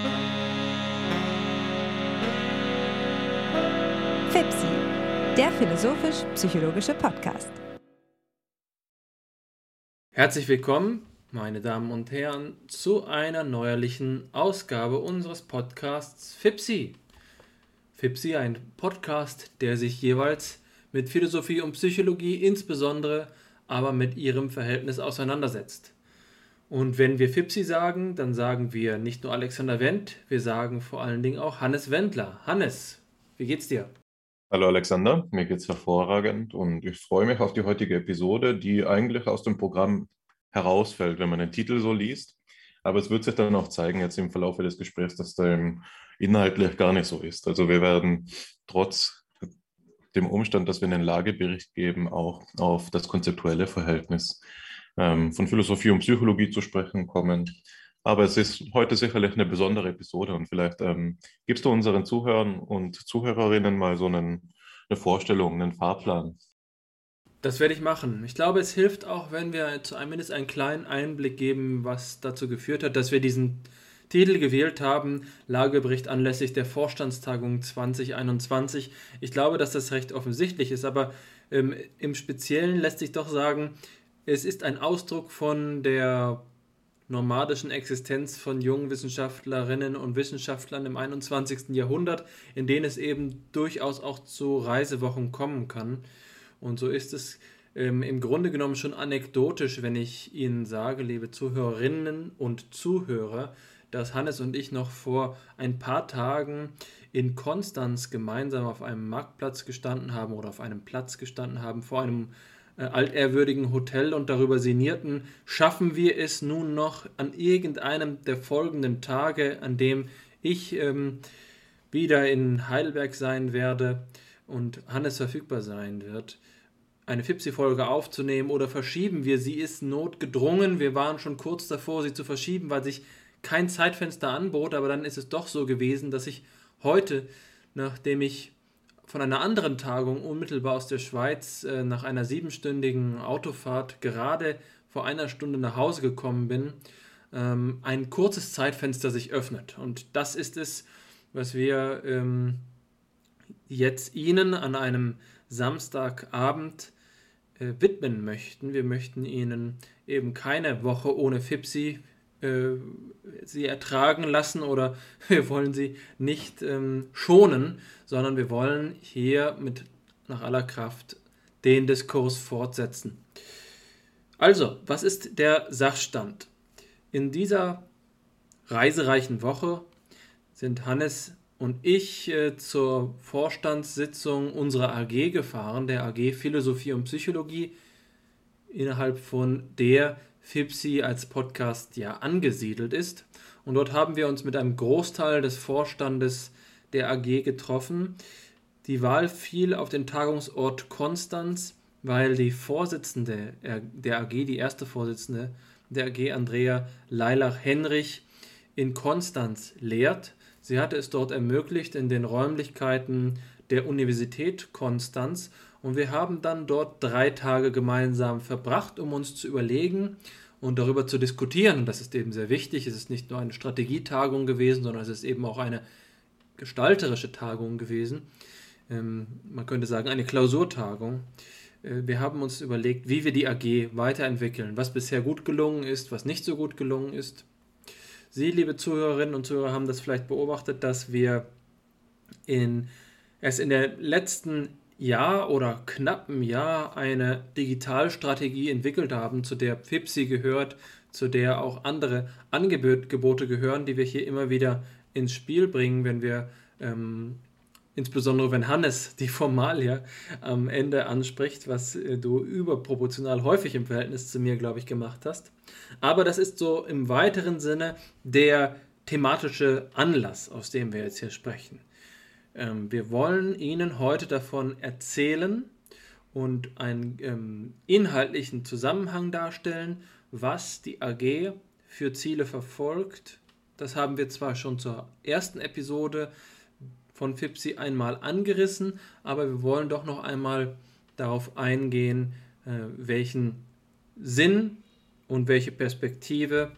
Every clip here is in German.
FIPSI, der philosophisch-psychologische Podcast. Herzlich willkommen, meine Damen und Herren, zu einer neuerlichen Ausgabe unseres Podcasts FIPSI. FIPSI, ein Podcast, der sich jeweils mit Philosophie und Psychologie insbesondere, aber mit ihrem Verhältnis auseinandersetzt. Und wenn wir FIPSI sagen, dann sagen wir nicht nur Alexander Wendt, wir sagen vor allen Dingen auch Hannes Wendler. Hannes, wie geht's dir? Hallo Alexander, mir geht's hervorragend und ich freue mich auf die heutige Episode, die eigentlich aus dem Programm herausfällt, wenn man den Titel so liest. Aber es wird sich dann auch zeigen jetzt im Verlauf des Gesprächs, dass dem inhaltlich gar nicht so ist. Also wir werden trotz dem Umstand, dass wir einen Lagebericht geben, auch auf das konzeptuelle Verhältnis von Philosophie und Psychologie zu sprechen kommen. Aber es ist heute sicherlich eine besondere Episode und vielleicht gibst du unseren Zuhörern und Zuhörerinnen mal so eine Vorstellung, einen Fahrplan. Das werde ich machen. Ich glaube, es hilft auch, wenn wir zumindest einen kleinen Einblick geben, was dazu geführt hat, dass wir diesen Titel gewählt haben, Lagebericht anlässlich der Vorstandstagung 2021. Ich glaube, dass das recht offensichtlich ist, aber im Speziellen lässt sich doch sagen, es ist ein Ausdruck von der nomadischen Existenz von jungen Wissenschaftlerinnen und Wissenschaftlern im 21. Jahrhundert, in denen es eben durchaus auch zu Reisewochen kommen kann. Und so ist es im Grunde genommen schon anekdotisch, wenn ich Ihnen sage, liebe Zuhörerinnen und Zuhörer, dass Hannes und ich noch vor ein paar Tagen in Konstanz gemeinsam auf einem Marktplatz gestanden haben oder auf einem Platz gestanden haben, vor einem altehrwürdigen Hotel und darüber sinnierten, schaffen wir es nun noch an irgendeinem der folgenden Tage, an dem ich wieder in Heidelberg sein werde und Hannes verfügbar sein wird, eine FIPSI-Folge aufzunehmen, oder verschieben wir sie? Ist notgedrungen. Wir waren schon kurz davor, sie zu verschieben, weil sich kein Zeitfenster anbot, aber dann ist es doch so gewesen, dass ich heute, nachdem ich von einer anderen Tagung unmittelbar aus der Schweiz nach einer 7-stündigen Autofahrt gerade vor einer Stunde nach Hause gekommen bin, ein kurzes Zeitfenster sich öffnet. Und das ist es, was wir jetzt Ihnen an einem Samstagabend widmen möchten. Wir möchten Ihnen eben keine Woche ohne FIPSI sie ertragen lassen, oder wir wollen sie nicht schonen, sondern wir wollen hier nach aller Kraft den Diskurs fortsetzen. Also, was ist der Sachstand? In dieser reisereichen Woche sind Hannes und ich zur Vorstandssitzung unserer AG gefahren, der AG Philosophie und Psychologie, innerhalb von der FIPSI als Podcast ja angesiedelt ist. Und dort haben wir uns mit einem Großteil des Vorstandes der AG getroffen. Die Wahl fiel auf den Tagungsort Konstanz, weil die Vorsitzende der AG, die erste Vorsitzende der AG, Andrea Leilach-Henrich, in Konstanz lehrt. Sie hatte es dort ermöglicht in den Räumlichkeiten der Universität Konstanz. Und wir haben dann dort 3 Tage gemeinsam verbracht, um uns zu überlegen und darüber zu diskutieren. Das ist eben sehr wichtig. Es ist nicht nur eine Strategietagung gewesen, sondern es ist eben auch eine gestalterische Tagung gewesen. Man könnte sagen, eine Klausurtagung. Wir haben uns überlegt, wie wir die AG weiterentwickeln, was bisher gut gelungen ist, was nicht so gut gelungen ist. Sie, liebe Zuhörerinnen und Zuhörer, haben das vielleicht beobachtet, dass wir erst in der letzten Jahr oder knappen Jahr eine Digitalstrategie entwickelt haben, zu der FIPSI gehört, zu der auch andere Angebote gehören, die wir hier immer wieder ins Spiel bringen, wenn wir, insbesondere wenn Hannes die Formalia am Ende anspricht, was du überproportional häufig im Verhältnis zu mir, glaube ich, gemacht hast. Aber das ist so im weiteren Sinne der thematische Anlass, aus dem wir jetzt hier sprechen. Wir wollen Ihnen heute davon erzählen und einen inhaltlichen Zusammenhang darstellen, was die AG für Ziele verfolgt. Das haben wir zwar schon zur ersten Episode von FIPSI einmal angerissen, aber wir wollen doch noch einmal darauf eingehen, welchen Sinn und welche Perspektive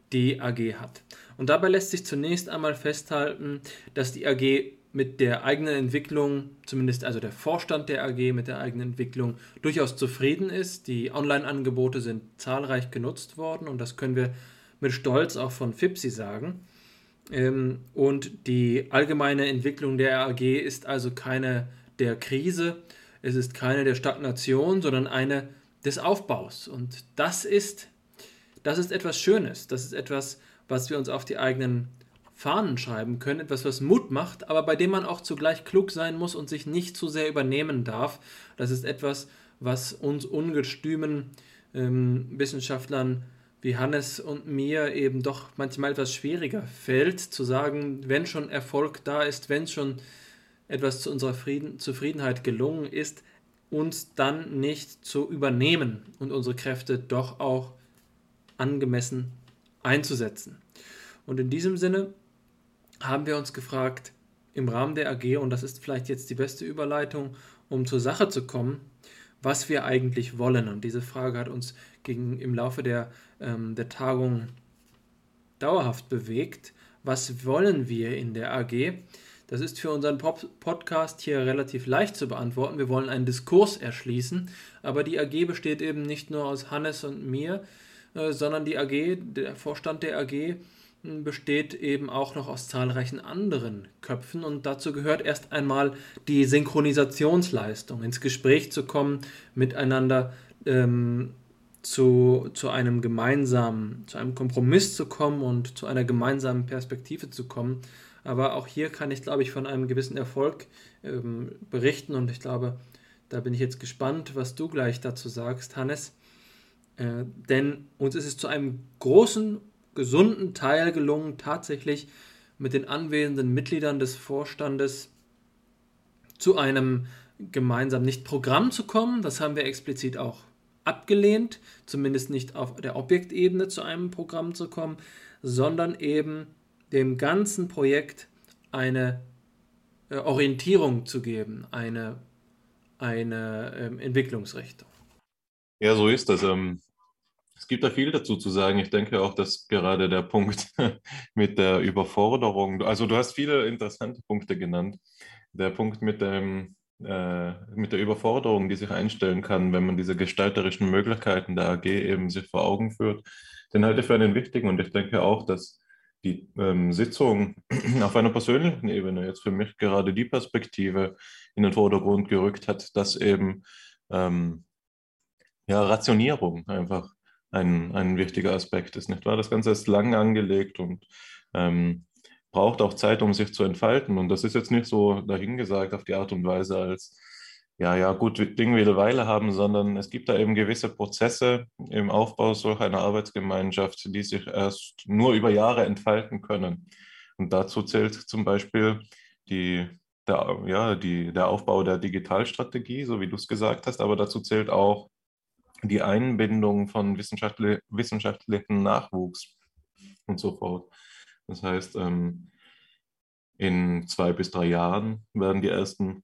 die AG hat. Und dabei lässt sich zunächst einmal festhalten, dass die AG mit der eigenen Entwicklung, zumindest also der Vorstand der AG mit der eigenen Entwicklung, durchaus zufrieden ist. Die Online-Angebote sind zahlreich genutzt worden und das können wir mit Stolz auch von FIPSI sagen. Und die allgemeine Entwicklung der AG ist also keine der Krise, es ist keine der Stagnation, sondern eine des Aufbaus. Und das ist etwas Schönes, das ist etwas, was wir uns auf die eigenen Fahnen schreiben können, etwas, was Mut macht, aber bei dem man auch zugleich klug sein muss und sich nicht zu sehr übernehmen darf. Das ist etwas, was uns ungestümen Wissenschaftlern wie Hannes und mir eben doch manchmal etwas schwieriger fällt, zu sagen, wenn schon Erfolg da ist, wenn schon etwas zu unserer Zufriedenheit gelungen ist, uns dann nicht zu übernehmen und unsere Kräfte doch auch angemessen einzusetzen. Und in diesem Sinne haben wir uns gefragt, im Rahmen der AG, und das ist vielleicht jetzt die beste Überleitung, um zur Sache zu kommen, was wir eigentlich wollen. Und diese Frage hat uns im Laufe der Tagung dauerhaft bewegt. Was wollen wir in der AG? Das ist für unseren Podcast hier relativ leicht zu beantworten. Wir wollen einen Diskurs erschließen, aber die AG besteht eben nicht nur aus Hannes und mir, sondern die AG, der Vorstand der AG, besteht eben auch noch aus zahlreichen anderen Köpfen und dazu gehört erst einmal die Synchronisationsleistung, ins Gespräch zu kommen, miteinander zu einem Kompromiss zu kommen und zu einer gemeinsamen Perspektive zu kommen. Aber auch hier kann ich, glaube ich, von einem gewissen Erfolg berichten und ich glaube, da bin ich jetzt gespannt, was du gleich dazu sagst, Hannes. Denn uns ist es zu einem großen, gesunden Teil gelungen, tatsächlich mit den anwesenden Mitgliedern des Vorstandes zu einem gemeinsamen Nicht-Programm zu kommen. Das haben wir explizit auch abgelehnt, zumindest nicht auf der Objektebene zu einem Programm zu kommen, sondern eben dem ganzen Projekt eine Orientierung zu geben, eine Entwicklungsrichtung. Ja, so ist das. Es gibt da viel dazu zu sagen. Ich denke auch, dass gerade der Punkt mit der Überforderung, also du hast viele interessante Punkte genannt. Der Punkt mit der Überforderung, die sich einstellen kann, wenn man diese gestalterischen Möglichkeiten der AG eben sich vor Augen führt, den halte ich für einen wichtigen. Und ich denke auch, dass die Sitzung auf einer persönlichen Ebene jetzt für mich gerade die Perspektive in den Vordergrund gerückt hat, dass eben Rationierung einfach ein wichtiger Aspekt ist, nicht wahr? Das Ganze ist lang angelegt und braucht auch Zeit, um sich zu entfalten. Und das ist jetzt nicht so dahingesagt auf die Art und Weise als, ja, gut, Ding will eine Weile haben, sondern es gibt da eben gewisse Prozesse im Aufbau solch einer Arbeitsgemeinschaft, die sich erst nur über Jahre entfalten können. Und dazu zählt zum Beispiel der Aufbau der Digitalstrategie, so wie du es gesagt hast, aber dazu zählt auch die Einbindung von wissenschaftlichen Nachwuchs und so fort. Das heißt, in 2 bis 3 Jahren werden die ersten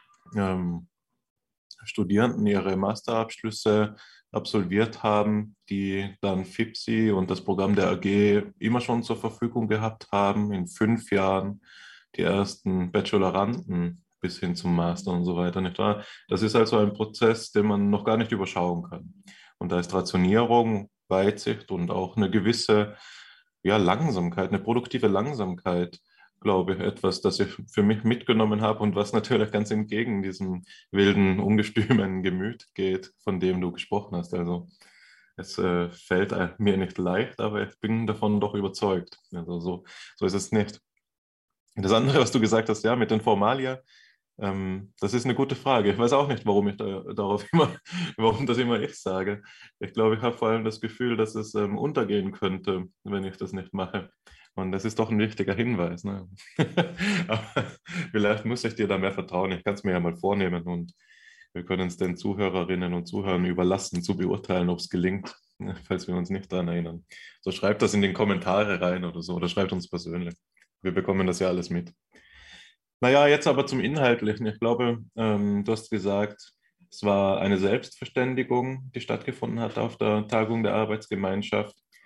Studierenden ihre Masterabschlüsse absolviert haben, die dann FIPSI und das Programm der AG immer schon zur Verfügung gehabt haben. In 5 Jahren die ersten Bacheloranden bis hin zum Master und so weiter, nicht wahr? Das ist also ein Prozess, den man noch gar nicht überschauen kann. Und da ist Rationierung, Weitsicht und auch eine gewisse Langsamkeit, eine produktive Langsamkeit, glaube ich, etwas, das ich für mich mitgenommen habe und was natürlich ganz entgegen diesem wilden, ungestümen Gemüt geht, von dem du gesprochen hast. Also es fällt mir nicht leicht, aber ich bin davon doch überzeugt. Also so ist es nicht. Das andere, was du gesagt hast, ja, mit den Formalia, das ist eine gute Frage. Ich weiß auch nicht, warum das immer ich sage. Ich glaube, ich habe vor allem das Gefühl, dass es untergehen könnte, wenn ich das nicht mache. Und das ist doch ein wichtiger Hinweis. Ne? Aber vielleicht muss ich dir da mehr vertrauen. Ich kann es mir ja mal vornehmen und wir können es den Zuhörerinnen und Zuhörern überlassen, zu beurteilen, ob es gelingt, falls wir uns nicht daran erinnern. So schreibt das in den Kommentare rein oder so oder schreibt uns persönlich. Wir bekommen das ja alles mit. Naja, jetzt aber zum Inhaltlichen. Ich glaube, du hast gesagt, es war eine Selbstverständigung, die stattgefunden hat auf der Tagung der Arbeitsgemeinschaft.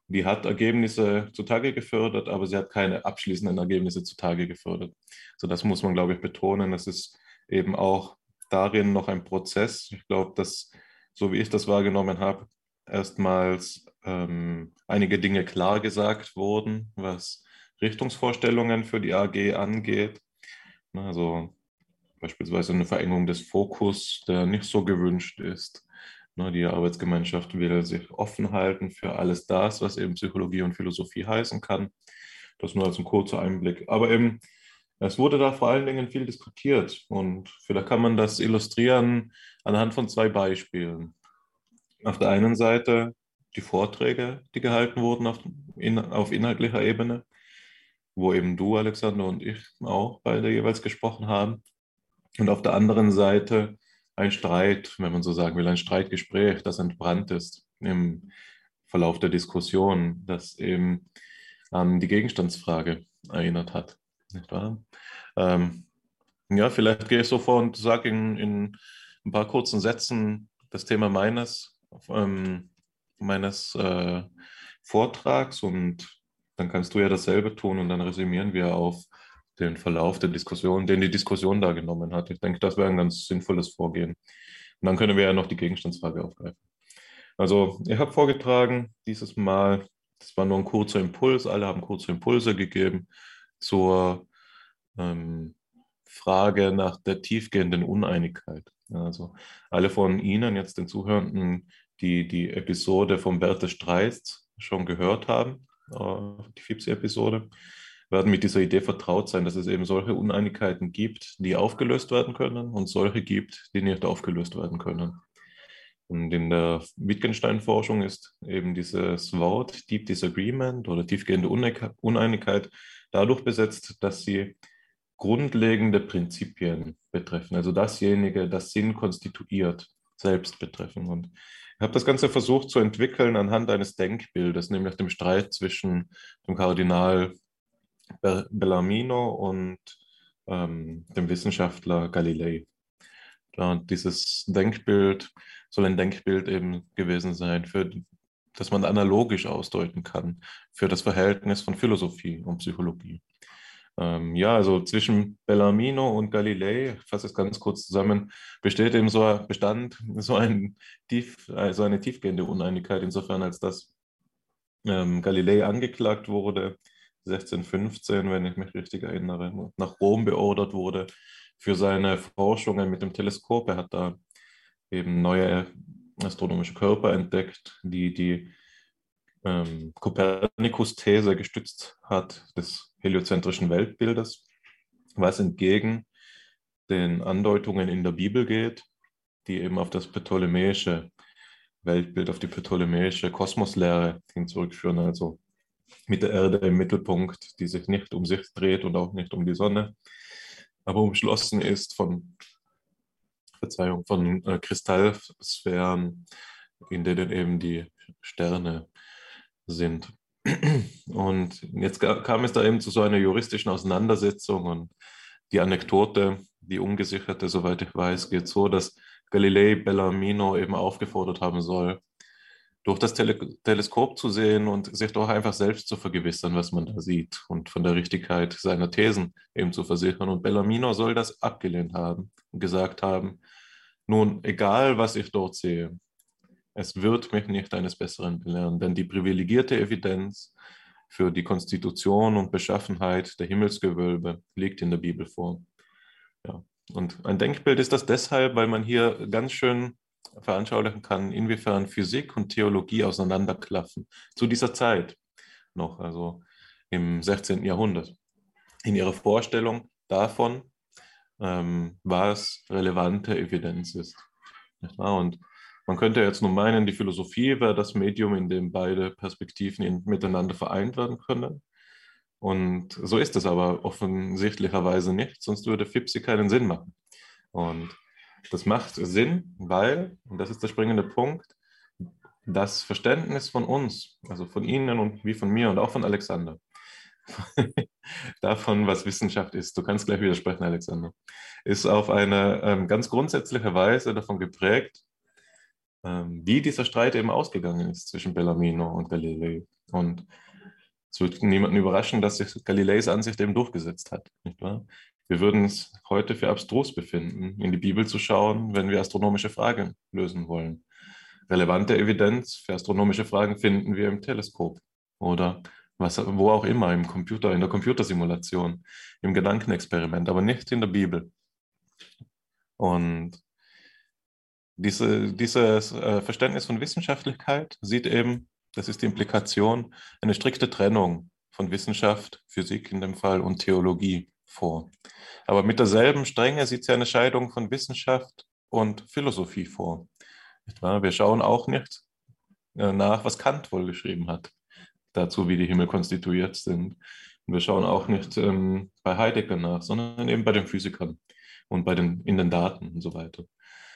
die hat Ergebnisse zutage gefördert, aber sie hat keine abschließenden Ergebnisse zutage gefördert. So, das muss man, glaube ich, betonen. Es ist eben auch darin noch ein Prozess. Ich glaube, dass, so wie ich das wahrgenommen habe, erstmals einige Dinge klar gesagt wurden, was Richtungsvorstellungen für die AG angeht. Also beispielsweise eine Verengung des Fokus, der nicht so gewünscht ist. Die Arbeitsgemeinschaft will sich offen halten für alles das, was eben Psychologie und Philosophie heißen kann. Das nur als ein kurzer Einblick. Aber eben, es wurde da vor allen Dingen viel diskutiert und vielleicht kann man das illustrieren anhand von 2 Beispielen. Auf der einen Seite die Vorträge, die gehalten wurden auf inhaltlicher Ebene, wo eben du, Alexander, und ich auch beide jeweils gesprochen haben. Und auf der anderen Seite ein Streit, wenn man so sagen will, ein Streitgespräch, das entbrannt ist im Verlauf der Diskussion, das eben an die Gegenstandsfrage erinnert hat. Nicht wahr? Ja, vielleicht gehe ich so vor und sage in ein paar kurzen Sätzen das Thema meines Vortrags und dann kannst du ja dasselbe tun und dann resümieren wir auf den Verlauf der Diskussion, den die Diskussion da genommen hat. Ich denke, das wäre ein ganz sinnvolles Vorgehen. Und dann können wir ja noch die Gegenstandsfrage aufgreifen. Also, ich habe vorgetragen dieses Mal, das war nur ein kurzer Impuls, alle haben kurze Impulse gegeben zur Frage nach der tiefgehenden Uneinigkeit. Also, alle von Ihnen, jetzt den Zuhörenden, die Episode von Berthe Streitz schon gehört haben, die FIPSI-Episode, werden mit dieser Idee vertraut sein, dass es eben solche Uneinigkeiten gibt, die aufgelöst werden können und solche gibt, die nicht aufgelöst werden können. Und in der Wittgenstein-Forschung ist eben dieses Wort Deep Disagreement oder tiefgehende Uneinigkeit dadurch besetzt, dass sie grundlegende Prinzipien betreffen, also dasjenige, das Sinn konstituiert, selbst betreffen. Und ich habe das Ganze versucht zu entwickeln anhand eines Denkbildes, nämlich dem Streit zwischen dem Kardinal Bellarmino und dem Wissenschaftler Galilei. Und dieses Denkbild soll ein Denkbild eben gewesen sein, das man analogisch ausdeuten kann für das Verhältnis von Philosophie und Psychologie. Ja, also zwischen Bellarmino und Galilei, ich fasse es ganz kurz zusammen, bestand so eine tiefgehende Uneinigkeit, insofern als dass Galilei angeklagt wurde, 1615, wenn ich mich richtig erinnere, nach Rom beordert wurde für seine Forschungen mit dem Teleskop. Er hat da eben neue astronomische Körper entdeckt, die Kopernikus-These gestützt hat, des heliozentrischen Weltbildes, was entgegen den Andeutungen in der Bibel geht, die eben auf das ptolemäische Weltbild, auf die ptolemäische Kosmoslehre hin zurückführen, also mit der Erde im Mittelpunkt, die sich nicht um sich dreht und auch nicht um die Sonne, aber umschlossen ist von Kristallsphären, in denen eben die Sterne sind. Und jetzt kam es da eben zu so einer juristischen Auseinandersetzung und die Anekdote, die ungesicherte, soweit ich weiß, geht so, dass Galilei Bellarmino eben aufgefordert haben soll, durch das Teleskop zu sehen und sich doch einfach selbst zu vergewissern, was man da sieht und von der Richtigkeit seiner Thesen eben zu versichern. Und Bellarmino soll das abgelehnt haben und gesagt haben, nun, egal was ich dort sehe, es wird mich nicht eines Besseren belehren, denn die privilegierte Evidenz für die Konstitution und Beschaffenheit der Himmelsgewölbe liegt in der Bibel vor. Ja. Und ein Denkbild ist das deshalb, weil man hier ganz schön veranschaulichen kann, inwiefern Physik und Theologie auseinanderklaffen. Zu dieser Zeit noch, also im 16. Jahrhundert. In ihrer Vorstellung davon, was relevante Evidenz ist. Und man könnte jetzt nur meinen, die Philosophie wäre das Medium, in dem beide Perspektiven miteinander vereint werden können. Und so ist es aber offensichtlicherweise nicht, sonst würde FIPSI keinen Sinn machen. Und das macht Sinn, weil, und das ist der springende Punkt, das Verständnis von uns, also von Ihnen und wie von mir und auch von Alexander, davon, was Wissenschaft ist, du kannst gleich widersprechen, Alexander, ist auf eine ganz grundsätzliche Weise davon geprägt, wie dieser Streit eben ausgegangen ist zwischen Bellarmino und Galilei. Und es wird niemanden überraschen, dass sich Galileis Ansicht eben durchgesetzt hat, nicht wahr? Wir würden es heute für abstrus befinden, in die Bibel zu schauen, wenn wir astronomische Fragen lösen wollen. Relevante Evidenz für astronomische Fragen finden wir im Teleskop oder wo auch immer, im Computer, in der Computersimulation, im Gedankenexperiment, aber nicht in der Bibel. Und dieses Verständnis von Wissenschaftlichkeit sieht eben, das ist die Implikation, eine strikte Trennung von Wissenschaft, Physik in dem Fall und Theologie vor. Aber mit derselben Strenge sieht sie eine Scheidung von Wissenschaft und Philosophie vor. Nicht wahr? Wir schauen auch nicht nach, was Kant wohl geschrieben hat, dazu, wie die Himmel konstituiert sind. Und wir schauen auch nicht bei Heidegger nach, sondern eben bei den Physikern und in den Daten und so weiter.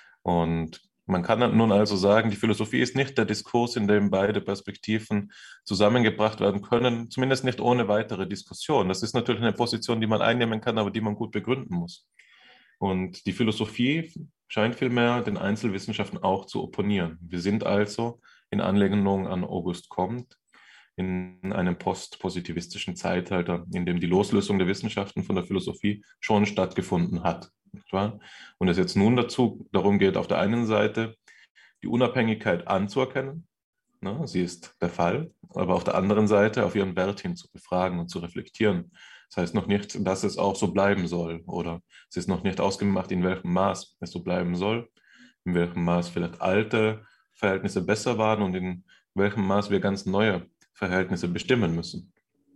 Und man kann nun also sagen, die Philosophie ist nicht der Diskurs, in dem beide Perspektiven zusammengebracht werden können, zumindest nicht ohne weitere Diskussion. Das ist natürlich eine Position, die man einnehmen kann, aber die man gut begründen muss. Und die Philosophie scheint vielmehr den Einzelwissenschaften auch zu opponieren. Wir sind also in Anlehnung an Auguste Comte in einem postpositivistischen Zeitalter, in dem die Loslösung der Wissenschaften von der Philosophie schon stattgefunden hat. Nicht wahr? Und es jetzt nun darum geht, auf der einen Seite die Unabhängigkeit anzuerkennen, ne, sie ist der Fall, aber auf der anderen Seite auf ihren Wert hin zu befragen und zu reflektieren. Das heißt noch nicht, dass es auch so bleiben soll oder es ist noch nicht ausgemacht, in welchem Maß es so bleiben soll, in welchem Maß vielleicht alte Verhältnisse besser waren und in welchem Maß wir ganz neue Verhältnisse bestimmen müssen.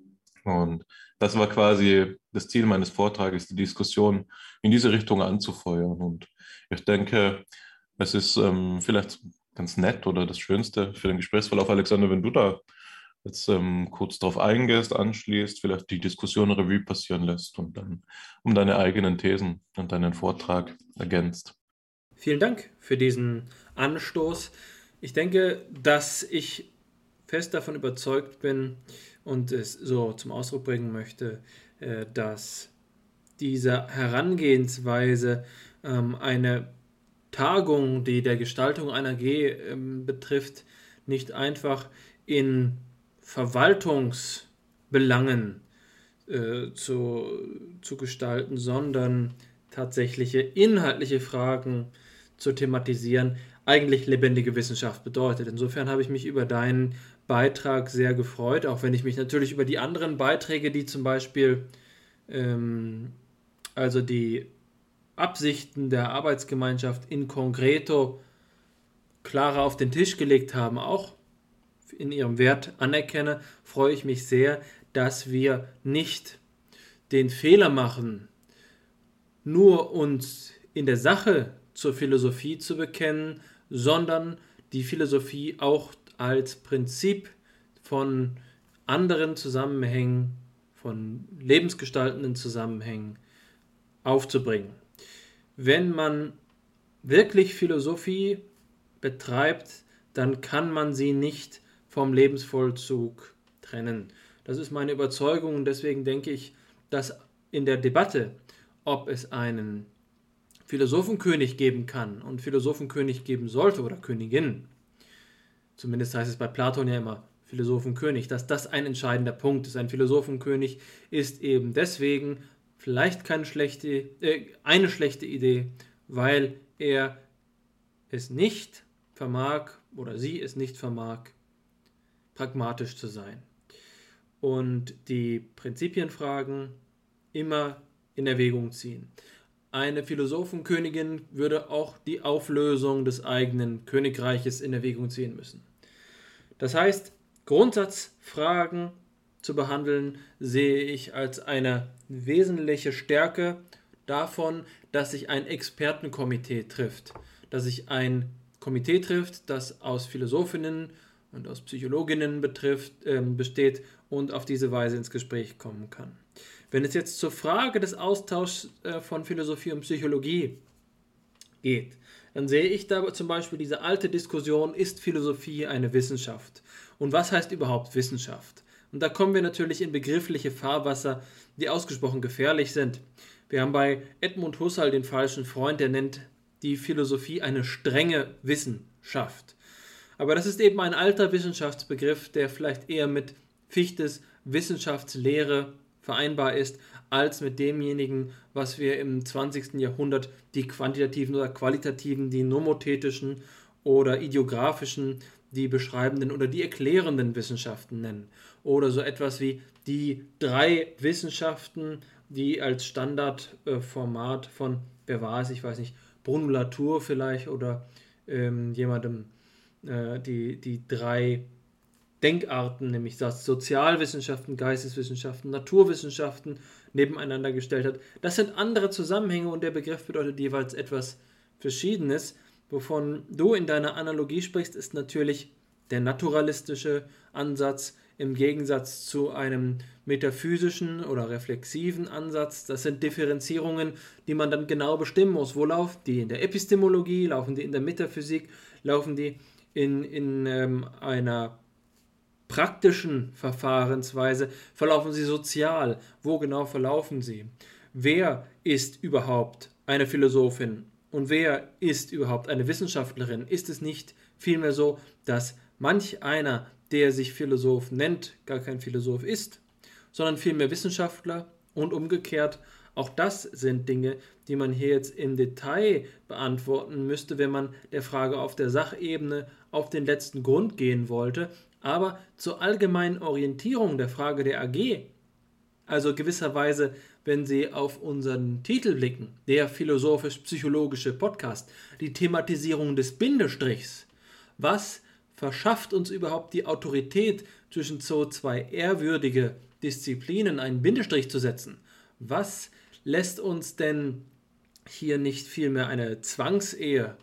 Und das war quasi das Ziel meines Vortrages, die Diskussion in diese Richtung anzufeuern. Und ich denke, es ist vielleicht ganz nett oder das Schönste für den Gesprächsverlauf, Alexander, wenn du da jetzt kurz drauf eingehst, anschließt, vielleicht die Diskussion Revue passieren lässt und dann um deine eigenen Thesen und deinen Vortrag ergänzt. Vielen Dank für diesen Anstoß. Ich denke, dass ich fest davon überzeugt bin und es so zum Ausdruck bringen möchte, dass diese Herangehensweise eine Tagung, die der Gestaltung einer G betrifft, nicht einfach in Verwaltungsbelangen zu gestalten, sondern tatsächliche inhaltliche Fragen zu thematisieren, eigentlich lebendige Wissenschaft bedeutet. Insofern habe ich mich über deinen Beitrag sehr gefreut, auch wenn ich mich natürlich über die anderen Beiträge, die zum Beispiel also die Absichten der Arbeitsgemeinschaft in concreto klarer auf den Tisch gelegt haben, auch in ihrem Wert anerkenne, freue ich mich sehr, dass wir nicht den Fehler machen, nur uns in der Sache zur Philosophie zu bekennen, sondern die Philosophie auch als Prinzip von anderen Zusammenhängen, von lebensgestaltenden Zusammenhängen aufzubringen. Wenn man wirklich Philosophie betreibt, dann kann man sie nicht vom Lebensvollzug trennen. Das ist meine Überzeugung und deswegen denke ich, dass in der Debatte, ob es einen Philosophenkönig geben kann und Philosophenkönig geben sollte oder Königin, zumindest heißt es bei Platon ja immer Philosophenkönig, dass das ein entscheidender Punkt ist. Ein Philosophenkönig ist eben deswegen vielleicht eine schlechte Idee, weil er es nicht vermag oder sie es nicht vermag, pragmatisch zu sein und die Prinzipienfragen immer in Erwägung ziehen. Eine Philosophenkönigin würde auch die Auflösung des eigenen Königreiches in Erwägung ziehen müssen. Das heißt, Grundsatzfragen zu behandeln, sehe ich als eine wesentliche Stärke davon, dass sich ein Expertenkomitee trifft. Dass sich ein Komitee trifft, das aus Philosophinnen und aus Psychologinnen besteht und auf diese Weise ins Gespräch kommen kann. Wenn es jetzt zur Frage des Austauschs von Philosophie und Psychologie geht, dann sehe ich da zum Beispiel diese alte Diskussion, ist Philosophie eine Wissenschaft? Und was heißt überhaupt Wissenschaft? Und da kommen wir natürlich in begriffliche Fahrwasser, die ausgesprochen gefährlich sind. Wir haben bei Edmund Husserl den falschen Freund, der nennt die Philosophie eine strenge Wissenschaft. Aber das ist eben ein alter Wissenschaftsbegriff, der vielleicht eher mit Fichtes Wissenschaftslehre vereinbar ist, als mit demjenigen, was wir im 20. Jahrhundert die quantitativen oder qualitativen, die nomothetischen oder ideographischen, die beschreibenden oder die erklärenden Wissenschaften nennen. Oder so etwas wie die 3 Wissenschaften, die als Standardformat von, wer war es, ich weiß nicht, Bruno Latour vielleicht oder jemandem, die 3 Denkarten, nämlich das Sozialwissenschaften, Geisteswissenschaften, Naturwissenschaften nebeneinander gestellt hat. Das sind andere Zusammenhänge und der Begriff bedeutet jeweils etwas Verschiedenes. Wovon du in deiner Analogie sprichst, ist natürlich der naturalistische Ansatz im Gegensatz zu einem metaphysischen oder reflexiven Ansatz. Das sind Differenzierungen, die man dann genau bestimmen muss. Wo laufen die? In der Epistemologie, laufen die in der Metaphysik, laufen die in einer praktischen Verfahrensweise, verlaufen sie sozial? Wo genau verlaufen sie? Wer ist überhaupt eine Philosophin? Und wer ist überhaupt eine Wissenschaftlerin? Ist es nicht vielmehr so, dass manch einer, der sich Philosoph nennt, gar kein Philosoph ist, sondern vielmehr Wissenschaftler und umgekehrt? Auch das sind Dinge, die man hier jetzt im Detail beantworten müsste, wenn man der Frage auf der Sachebene auf den letzten Grund gehen wollte. Aber zur allgemeinen Orientierung der Frage der AG, also gewisserweise, wenn Sie auf unseren Titel blicken, der philosophisch-psychologische Podcast, die Thematisierung des Bindestrichs. Was verschafft uns überhaupt die Autorität, zwischen so 2 ehrwürdige Disziplinen einen Bindestrich zu setzen? Was lässt uns denn hier nicht vielmehr eine Zwangsehe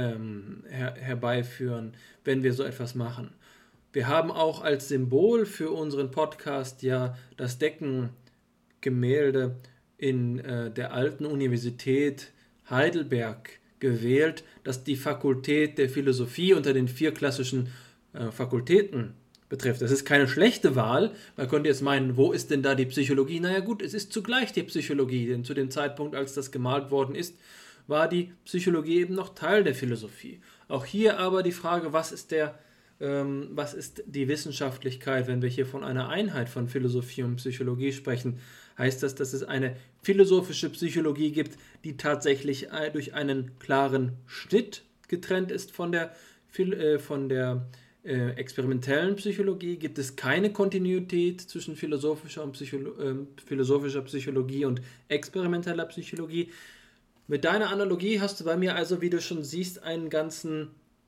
herbeiführen, wenn wir so etwas machen? Wir haben auch als Symbol für unseren Podcast ja das Deckengemälde in der alten Universität Heidelberg gewählt, das die Fakultät der Philosophie unter den 4 klassischen Fakultäten betrifft. Das ist keine schlechte Wahl. Man könnte jetzt meinen, wo ist denn da die Psychologie? Naja gut, es ist zugleich die Psychologie, denn zu dem Zeitpunkt, als das gemalt worden ist, war die Psychologie eben noch Teil der Philosophie. Auch hier aber die Frage, was ist die Wissenschaftlichkeit, wenn wir hier von einer Einheit von Philosophie und Psychologie sprechen? Heißt das, dass es eine philosophische Psychologie gibt, die tatsächlich durch einen klaren Schnitt getrennt ist von der experimentellen Psychologie? Gibt es keine Kontinuität zwischen philosophischer Psychologie und experimenteller Psychologie? Mit deiner Analogie hast du bei mir also, wie du schon siehst, einen ganzen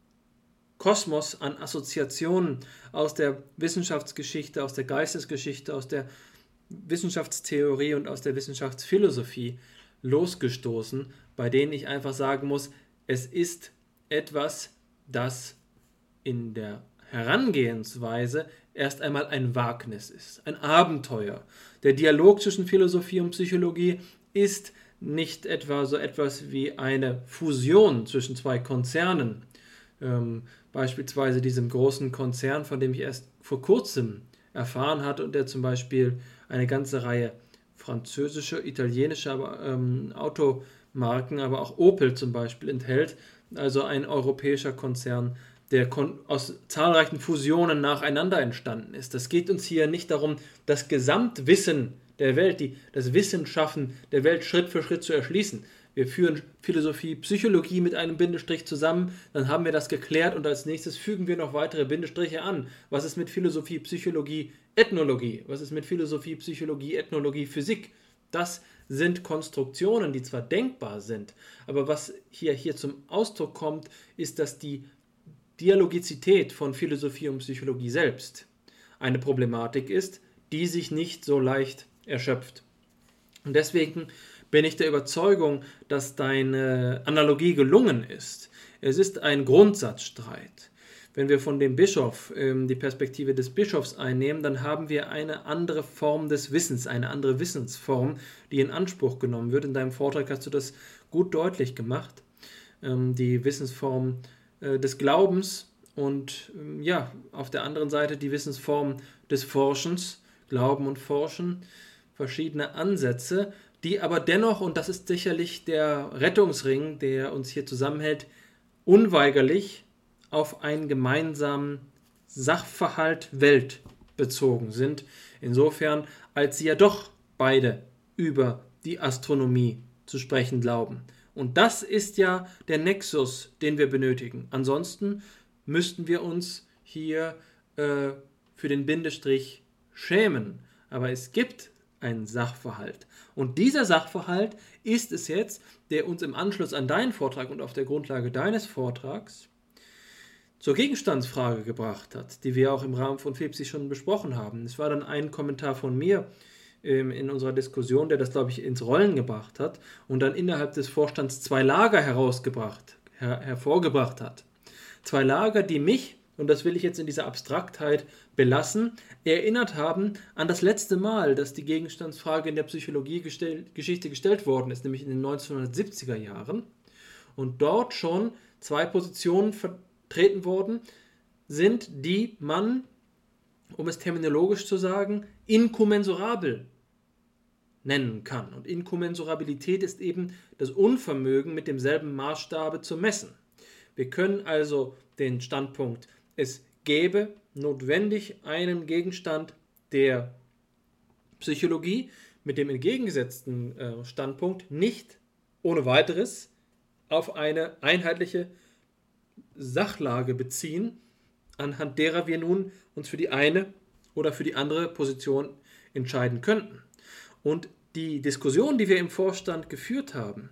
Kosmos an Assoziationen aus der Wissenschaftsgeschichte, aus der Geistesgeschichte, aus der Wissenschaftstheorie und aus der Wissenschaftsphilosophie losgestoßen, bei denen ich einfach sagen muss, es ist etwas, das in der Herangehensweise erst einmal ein Wagnis ist, ein Abenteuer. Der Dialog zwischen Philosophie und Psychologie ist nicht etwa so etwas wie eine Fusion zwischen 2 Konzernen, beispielsweise diesem großen Konzern, von dem ich erst vor kurzem erfahren hatte und der zum Beispiel eine ganze Reihe französischer, italienischer Automarken, aber auch Opel zum Beispiel enthält, also ein europäischer Konzern, der aus zahlreichen Fusionen nacheinander entstanden ist. Das geht uns hier nicht darum, das Gesamtwissen der Welt, das Wissenschaffen der Welt Schritt für Schritt zu erschließen. Wir führen Philosophie, Psychologie mit einem Bindestrich zusammen, dann haben wir das geklärt und als nächstes fügen wir noch weitere Bindestriche an. Was ist mit Philosophie, Psychologie, Ethnologie? Was ist mit Philosophie, Psychologie, Ethnologie, Physik? Das sind Konstruktionen, die zwar denkbar sind, aber was hier zum Ausdruck kommt, ist, dass die Dialogizität von Philosophie und Psychologie selbst eine Problematik ist, die sich nicht so leicht erschöpft. Und deswegen bin ich der Überzeugung, dass deine Analogie gelungen ist. Es ist ein Grundsatzstreit. Wenn wir von dem Bischof die Perspektive des Bischofs einnehmen, dann haben wir eine andere Form des Wissens, eine andere Wissensform, die in Anspruch genommen wird. In deinem Vortrag hast du das gut deutlich gemacht. Die Wissensform des Glaubens und auf der anderen Seite die Wissensform des Forschens, Glauben und Forschen, verschiedene Ansätze, die aber dennoch, und das ist sicherlich der Rettungsring, der uns hier zusammenhält, unweigerlich auf einen gemeinsamen Sachverhalt Welt bezogen sind. Insofern, als sie ja doch beide über die Astronomie zu sprechen glauben. Und das ist ja der Nexus, den wir benötigen. Ansonsten müssten wir uns hier für den Bindestrich schämen. Aber es gibt einen Sachverhalt. Und dieser Sachverhalt ist es jetzt, der uns im Anschluss an deinen Vortrag und auf der Grundlage deines Vortrags zur Gegenstandsfrage gebracht hat, die wir auch im Rahmen von FIPSI schon besprochen haben. Es war dann ein Kommentar von mir in unserer Diskussion, der das, glaube ich, ins Rollen gebracht hat und dann innerhalb des Vorstands zwei Lager hervorgebracht hat. Zwei Lager, die mich, und das will ich jetzt in dieser Abstraktheit belassen, erinnert haben an das letzte Mal, dass die Gegenstandsfrage in der Psychologiegeschichte gestellt worden ist, nämlich in den 1970er Jahren. Und dort schon zwei Positionen vertreten worden sind, die man, um es terminologisch zu sagen, inkommensurabel nennen kann. Und Inkommensurabilität ist eben das Unvermögen, mit demselben Maßstabe zu messen. Wir können also den Standpunkt, es gäbe notwendig einen Gegenstand der Psychologie mit dem entgegengesetzten Standpunkt nicht ohne weiteres auf eine einheitliche Sachlage beziehen, anhand derer wir nun uns für die eine oder für die andere Position entscheiden könnten. Und die Diskussion, die wir im Vorstand geführt haben,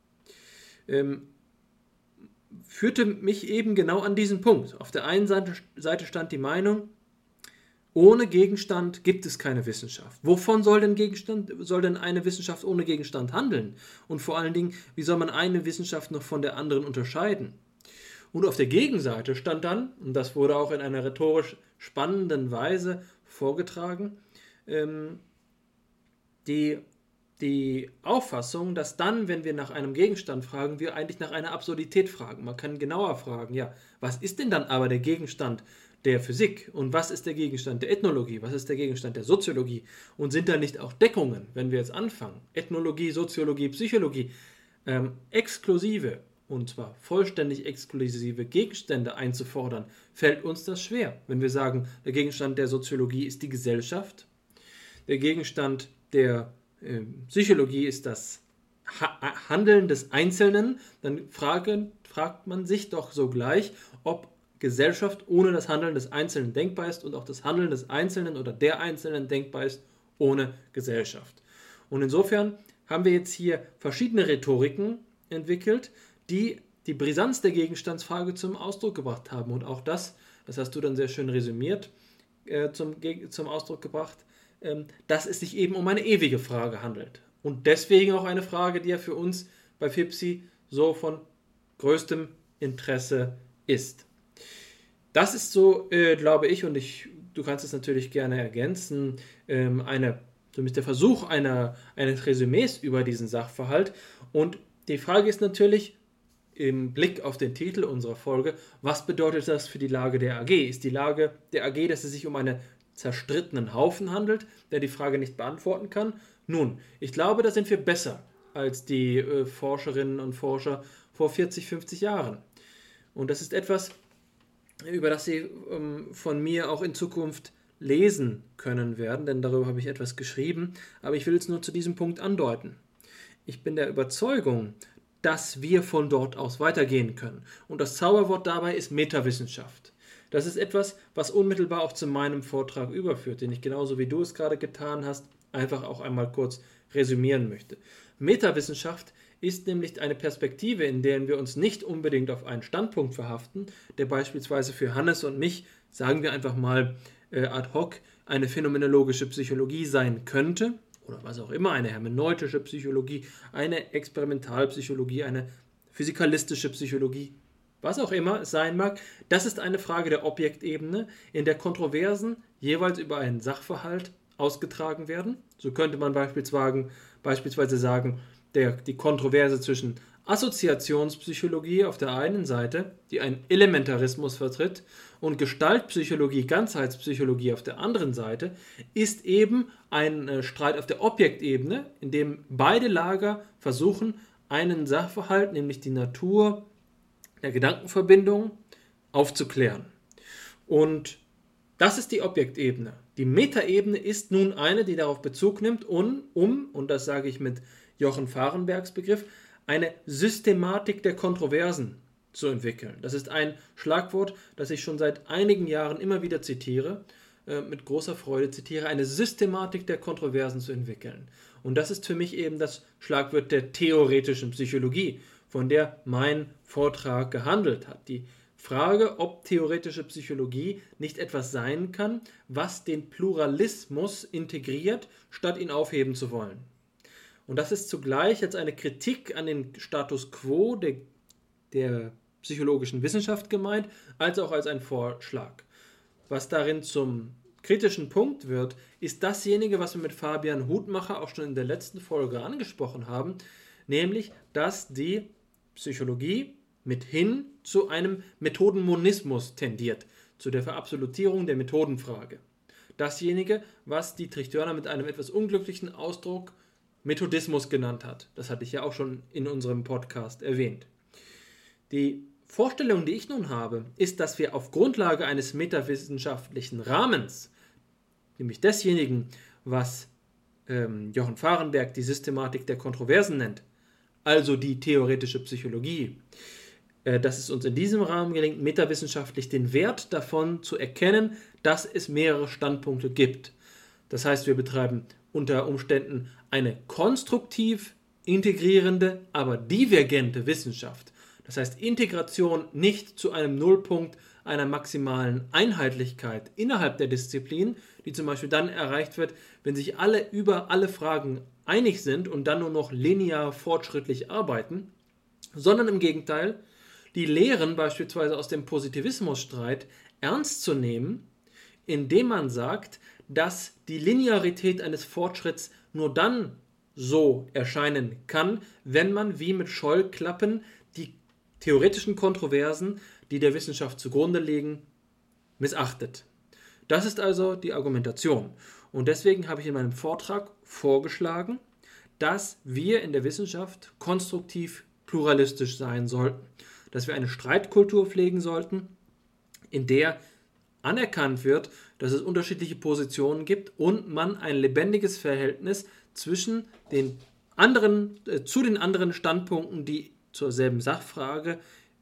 führte mich eben genau an diesen Punkt. Auf der einen Seite stand die Meinung, ohne Gegenstand gibt es keine Wissenschaft. Wovon soll denn eine Wissenschaft ohne Gegenstand handeln? Und vor allen Dingen, wie soll man eine Wissenschaft noch von der anderen unterscheiden? Und auf der Gegenseite stand dann, und das wurde auch in einer rhetorisch spannenden Weise vorgetragen, die Auffassung, dass dann, wenn wir nach einem Gegenstand fragen, wir eigentlich nach einer Absurdität fragen. Man kann genauer fragen, ja, was ist denn dann aber der Gegenstand der Physik und was ist der Gegenstand der Ethnologie, was ist der Gegenstand der Soziologie und sind da nicht auch Deckungen, wenn wir jetzt anfangen, Ethnologie, Soziologie, Psychologie, exklusive und zwar vollständig exklusive Gegenstände einzufordern, fällt uns das schwer. Wenn wir sagen, der Gegenstand der Soziologie ist die Gesellschaft, der Gegenstand der Psychologie ist das Handeln des Einzelnen, dann fragt man sich doch sogleich, ob Gesellschaft ohne das Handeln des Einzelnen denkbar ist und auch das Handeln des Einzelnen oder der Einzelnen denkbar ist ohne Gesellschaft. Und insofern haben wir jetzt hier verschiedene Rhetoriken entwickelt, die die Brisanz der Gegenstandsfrage zum Ausdruck gebracht haben. Und auch das hast du dann sehr schön resümiert, zum Ausdruck gebracht, dass es sich eben um eine ewige Frage handelt. Und deswegen auch eine Frage, die ja für uns bei FIPSI so von größtem Interesse ist. Das ist so, glaube ich, und du kannst es natürlich gerne ergänzen, zumindest der Versuch eines Resümees über diesen Sachverhalt. Und die Frage ist natürlich, im Blick auf den Titel unserer Folge, was bedeutet das für die Lage der AG? Ist die Lage der AG, dass es sich um einen zerstrittenen Haufen handelt, der die Frage nicht beantworten kann? Nun, ich glaube, da sind wir besser als die Forscherinnen und Forscher vor 40, 50 Jahren. Und das ist etwas, über das Sie von mir auch in Zukunft lesen können werden, denn darüber habe ich etwas geschrieben, aber ich will es nur zu diesem Punkt andeuten. Ich bin der Überzeugung, dass wir von dort aus weitergehen können. Und das Zauberwort dabei ist Metawissenschaft. Das ist etwas, was unmittelbar auch zu meinem Vortrag überführt, den ich genauso wie du es gerade getan hast, einfach auch einmal kurz resümieren möchte. Metawissenschaft ist nämlich eine Perspektive, in der wir uns nicht unbedingt auf einen Standpunkt verhaften, der beispielsweise für Hannes und mich, sagen wir einfach mal ad hoc, eine phänomenologische Psychologie sein könnte, oder was auch immer, eine hermeneutische Psychologie, eine Experimentalpsychologie, eine physikalistische Psychologie, was auch immer es sein mag. Das ist eine Frage der Objektebene, in der Kontroversen jeweils über einen Sachverhalt ausgetragen werden. So könnte man beispielsweise sagen, die Kontroverse zwischen Assoziationspsychologie auf der einen Seite, die einen Elementarismus vertritt, und Gestaltpsychologie, Ganzheitspsychologie auf der anderen Seite, ist eben ein Streit auf der Objektebene, in dem beide Lager versuchen, einen Sachverhalt, nämlich die Natur der Gedankenverbindung, aufzuklären. Und das ist die Objektebene. Die Metaebene ist nun eine, die darauf Bezug nimmt, und das sage ich mit Jochen Fahrenbergs Begriff, eine Systematik der Kontroversen zu entwickeln. Das ist ein Schlagwort, das ich schon seit einigen Jahren immer wieder zitiere, mit großer Freude zitiere, eine Systematik der Kontroversen zu entwickeln. Und das ist für mich eben das Schlagwort der theoretischen Psychologie, von der mein Vortrag gehandelt hat. Die Frage, ob theoretische Psychologie nicht etwas sein kann, was den Pluralismus integriert, statt ihn aufheben zu wollen. Und das ist zugleich als eine Kritik an den Status quo der psychologischen Wissenschaft gemeint, als auch als ein Vorschlag. Was darin zum kritischen Punkt wird, ist dasjenige, was wir mit Fabian Hutmacher auch schon in der letzten Folge angesprochen haben, nämlich, dass die Psychologie mithin zu einem Methodenmonismus tendiert, zu der Verabsolutierung der Methodenfrage. Dasjenige, was Dietrich Dörner mit einem etwas unglücklichen Ausdruck Methodismus genannt hat. Das hatte ich ja auch schon in unserem Podcast erwähnt. Die Vorstellung, die ich nun habe, ist, dass wir auf Grundlage eines metawissenschaftlichen Rahmens, nämlich desjenigen, was Jochen Fahrenberg die Systematik der Kontroversen nennt, also die theoretische Psychologie, dass es uns in diesem Rahmen gelingt, metawissenschaftlich den Wert davon zu erkennen, dass es mehrere Standpunkte gibt. Das heißt, wir betreiben unter Umständen eine konstruktiv integrierende, aber divergente Wissenschaft. Das heißt, Integration nicht zu einem Nullpunkt einer maximalen Einheitlichkeit innerhalb der Disziplin, die zum Beispiel dann erreicht wird, wenn sich alle über alle Fragen einig sind und dann nur noch linear fortschrittlich arbeiten, sondern im Gegenteil, die Lehren beispielsweise aus dem Positivismusstreit ernst zu nehmen, indem man sagt, dass die Linearität eines Fortschritts nur dann so erscheinen kann, wenn man wie mit Scheuklappen die theoretischen Kontroversen, die der Wissenschaft zugrunde liegen, missachtet. Das ist also die Argumentation. Und deswegen habe ich in meinem Vortrag vorgeschlagen, dass wir in der Wissenschaft konstruktiv pluralistisch sein sollten, dass wir eine Streitkultur pflegen sollten, in der anerkannt wird, dass es unterschiedliche Positionen gibt und man ein lebendiges Verhältnis zwischen den anderen, zu den anderen Standpunkten, die zur selben Sachfrage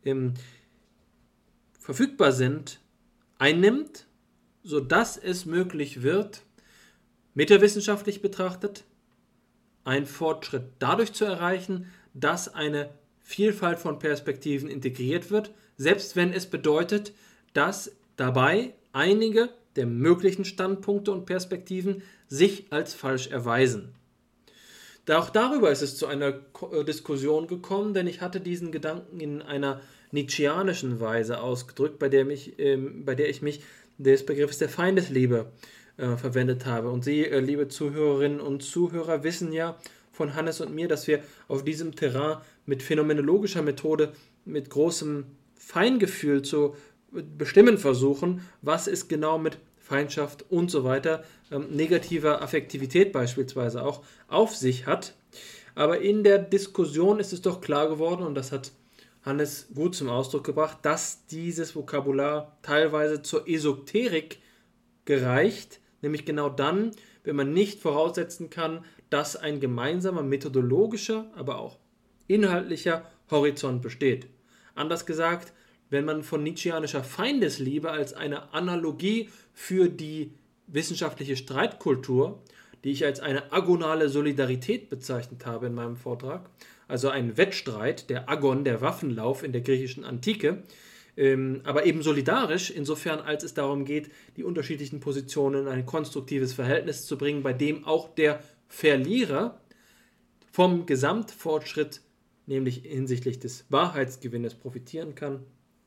verfügbar sind, einnimmt, sodass es möglich wird, metawissenschaftlich betrachtet, einen Fortschritt dadurch zu erreichen, dass eine Vielfalt von Perspektiven integriert wird, selbst wenn es bedeutet, dass dabei einige der möglichen Standpunkte und Perspektiven sich als falsch erweisen. Auch darüber ist es zu einer Diskussion gekommen, denn ich hatte diesen Gedanken in einer nietzscheanischen Weise ausgedrückt, bei der ich mich des Begriffs der Feindesliebe verwendet habe. Und Sie, liebe Zuhörerinnen und Zuhörer, wissen ja von Hannes und mir, dass wir auf diesem Terrain mit phänomenologischer Methode, mit großem Feingefühl zu bestimmen versuchen, was ist genau mit Feindschaft und so weiter, negativer Affektivität beispielsweise auch, auf sich hat. Aber in der Diskussion ist es doch klar geworden, und das hat Hannes gut zum Ausdruck gebracht, dass dieses Vokabular teilweise zur Esoterik gereicht, nämlich genau dann, wenn man nicht voraussetzen kann, dass ein gemeinsamer methodologischer, aber auch inhaltlicher Horizont besteht. Anders gesagt, wenn man von nietzscheanischer Feindesliebe als eine Analogie für die wissenschaftliche Streitkultur, die ich als eine agonale Solidarität bezeichnet habe in meinem Vortrag, also ein Wettstreit, der Agon, der Waffenlauf in der griechischen Antike, aber eben solidarisch, insofern als es darum geht, die unterschiedlichen Positionen in ein konstruktives Verhältnis zu bringen, bei dem auch der Verlierer vom Gesamtfortschritt, nämlich hinsichtlich des Wahrheitsgewinnes, profitieren kann.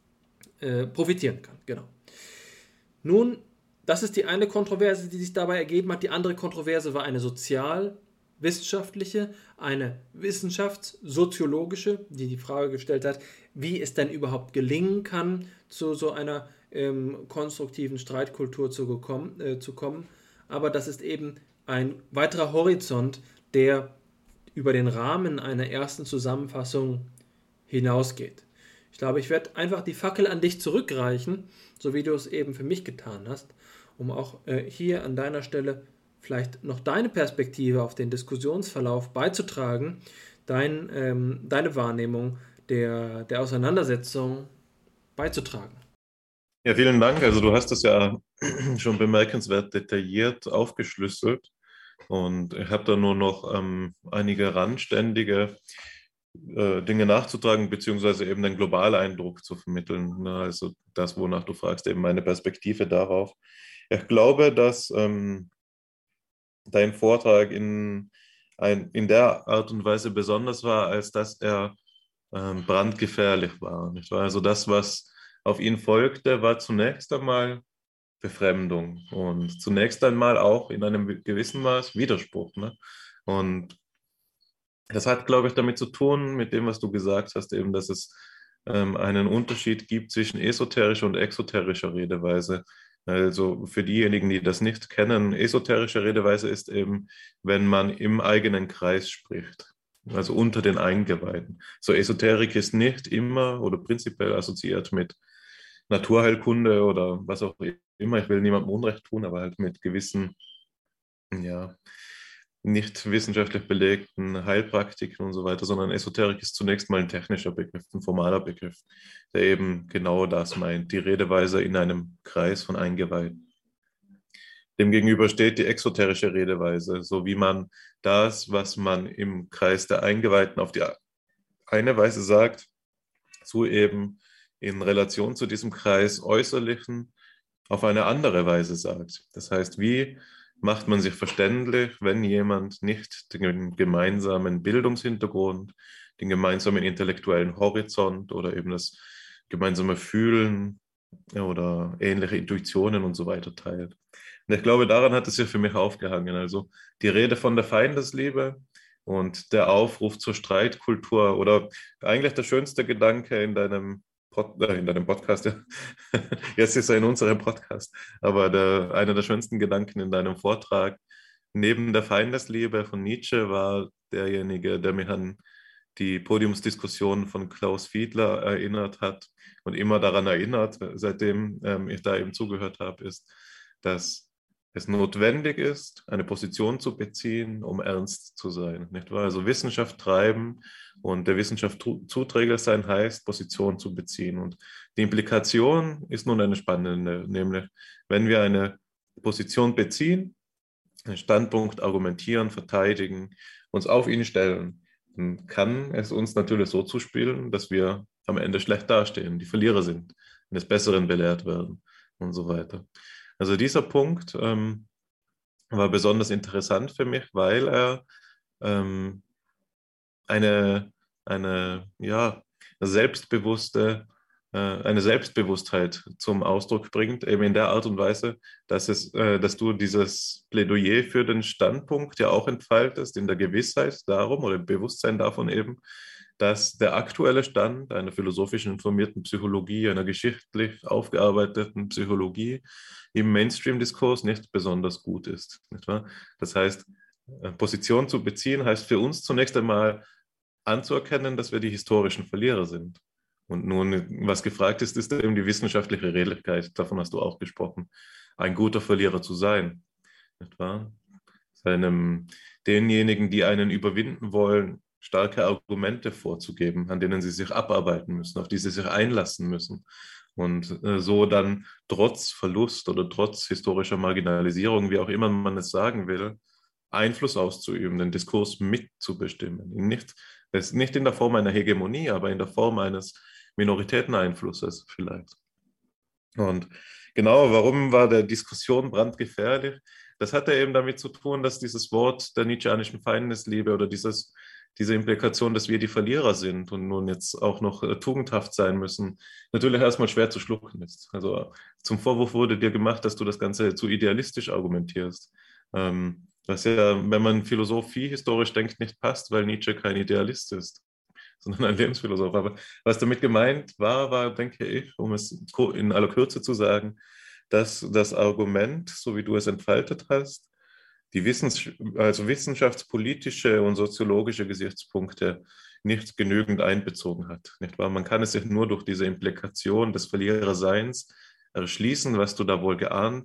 Genau. Nun, das ist die eine Kontroverse, die sich dabei ergeben hat. Die andere Kontroverse war eine sozialwissenschaftliche, eine wissenschaftssoziologische, die die Frage gestellt hat, wie es denn überhaupt gelingen kann, zu so einer konstruktiven Streitkultur zu kommen. Aber das ist eben ein weiterer Horizont, der über den Rahmen einer ersten Zusammenfassung hinausgeht. Ich glaube, ich werde einfach die Fackel an dich zurückreichen, so wie du es eben für mich getan hast, um auch hier an deiner Stelle vielleicht noch deine Perspektive auf den Diskussionsverlauf beizutragen, deine Wahrnehmung der Auseinandersetzung beizutragen. Ja, vielen Dank. Also du hast das ja schon bemerkenswert detailliert aufgeschlüsselt und ich habe da nur noch einige randständige Dinge nachzutragen, beziehungsweise eben den Globaleindruck zu vermitteln. Ne? Also das, wonach du fragst, eben meine Perspektive darauf. Ich glaube, dass dein Vortrag in der Art und Weise besonders war, als dass er brandgefährlich war. Nicht wahr? Also das, was auf ihn folgte, war zunächst einmal Befremdung und zunächst einmal auch in einem gewissen Maß Widerspruch. Ne? Und das hat, glaube ich, damit zu tun, mit dem, was du gesagt hast, eben, dass es einen Unterschied gibt zwischen esoterischer und exoterischer Redeweise. Also für diejenigen, die das nicht kennen, esoterische Redeweise ist eben, wenn man im eigenen Kreis spricht, also unter den Eingeweihten. So Esoterik ist nicht immer oder prinzipiell assoziiert mit Naturheilkunde oder was auch immer. Ich will niemandem Unrecht tun, aber halt mit gewissen, ja, nicht wissenschaftlich belegten Heilpraktiken und so weiter, sondern Esoterik ist zunächst mal ein technischer Begriff, ein formaler Begriff, der eben genau das meint, die Redeweise in einem Kreis von Eingeweihten. Demgegenüber steht die exoterische Redeweise, so wie man das, was man im Kreis der Eingeweihten auf die eine Weise sagt, so eben in Relation zu diesem Kreis Äußerlichen auf eine andere Weise sagt. Das heißt, wie macht man sich verständlich, wenn jemand nicht den gemeinsamen Bildungshintergrund, den gemeinsamen intellektuellen Horizont oder eben das gemeinsame Fühlen oder ähnliche Intuitionen und so weiter teilt. Und ich glaube, daran hat es sich für mich aufgehangen. Also die Rede von der Feindesliebe und der Aufruf zur Streitkultur oder eigentlich der schönste Gedanke in deinem Podcast, ja. Jetzt ist er in unserem Podcast, aber einer der schönsten Gedanken in deinem Vortrag neben der Feindesliebe von Nietzsche war derjenige, der mich an die Podiumsdiskussion von Klaus Fiedler erinnert hat und immer daran erinnert, seitdem ich da eben zugehört habe, ist, dass es notwendig ist, eine Position zu beziehen, um ernst zu sein. Nicht wahr? Also Wissenschaft treiben und der Wissenschaft Zuträger sein heißt, Position zu beziehen. Und die Implikation ist nun eine spannende, nämlich wenn wir eine Position beziehen, einen Standpunkt argumentieren, verteidigen, uns auf ihn stellen, dann kann es uns natürlich so zuspielen, dass wir am Ende schlecht dastehen, die Verlierer sind, eines Besseren belehrt werden und so weiter. Also dieser Punkt war besonders interessant für mich, weil er ja, eine Selbstbewusstheit zum Ausdruck bringt, eben in der Art und Weise, dass du dieses Plädoyer für den Standpunkt ja auch entfaltest, in der Gewissheit darum oder im Bewusstsein davon eben, dass der aktuelle Stand einer philosophisch informierten Psychologie, einer geschichtlich aufgearbeiteten Psychologie im Mainstream-Diskurs nicht besonders gut ist. Nicht wahr? Das heißt, Position zu beziehen heißt für uns zunächst einmal anzuerkennen, dass wir die historischen Verlierer sind. Und nun, was gefragt ist, ist eben die wissenschaftliche Redlichkeit. Davon hast du auch gesprochen. Ein guter Verlierer zu sein. Nicht wahr? Denjenigen, die einen überwinden wollen, starke Argumente vorzugeben, an denen sie sich abarbeiten müssen, auf die sie sich einlassen müssen. Und so dann trotz Verlust oder trotz historischer Marginalisierung, wie auch immer man es sagen will, Einfluss auszuüben, den Diskurs mitzubestimmen. Nicht in der Form einer Hegemonie, aber in der Form eines Minoritäteneinflusses vielleicht. Und genau, warum war der Diskussion brandgefährlich? Das hatte eben damit zu tun, dass dieses Wort der nietzscheanischen Feindesliebe oder diese Implikation, dass wir die Verlierer sind und nun jetzt auch noch tugendhaft sein müssen, natürlich erstmal schwer zu schlucken ist. Also zum Vorwurf wurde dir gemacht, dass du das Ganze zu idealistisch argumentierst. Was ja, wenn man Philosophie historisch denkt, nicht passt, weil Nietzsche kein Idealist ist, sondern ein Lebensphilosoph. Aber was damit gemeint war, denke ich, um es in aller Kürze zu sagen, dass das Argument, so wie du es entfaltet hast, also wissenschaftspolitische und soziologische Gesichtspunkte nicht genügend einbezogen hat. Nicht wahr? Man kann es sich nur durch diese Implikation des Verliererseins erschließen, was du da wohl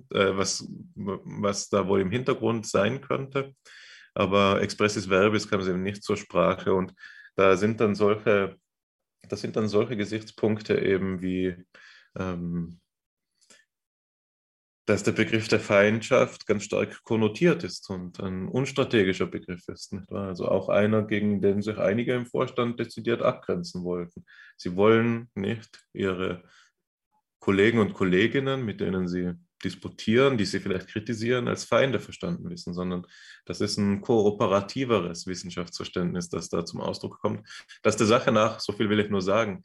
was da wohl im Hintergrund sein könnte. Aber expressis verbis kam es eben nicht zur Sprache. Und da sind dann solche Gesichtspunkte eben wie dass der Begriff der Feindschaft ganz stark konnotiert ist und ein unstrategischer Begriff ist. Nicht wahr? Also auch einer, gegen den sich einige im Vorstand dezidiert abgrenzen wollten. Sie wollen nicht ihre Kollegen und Kolleginnen, mit denen sie disputieren, die sie vielleicht kritisieren, als Feinde verstanden wissen, sondern das ist ein kooperativeres Wissenschaftsverständnis, das da zum Ausdruck kommt. Das der Sache nach, so viel will ich nur sagen,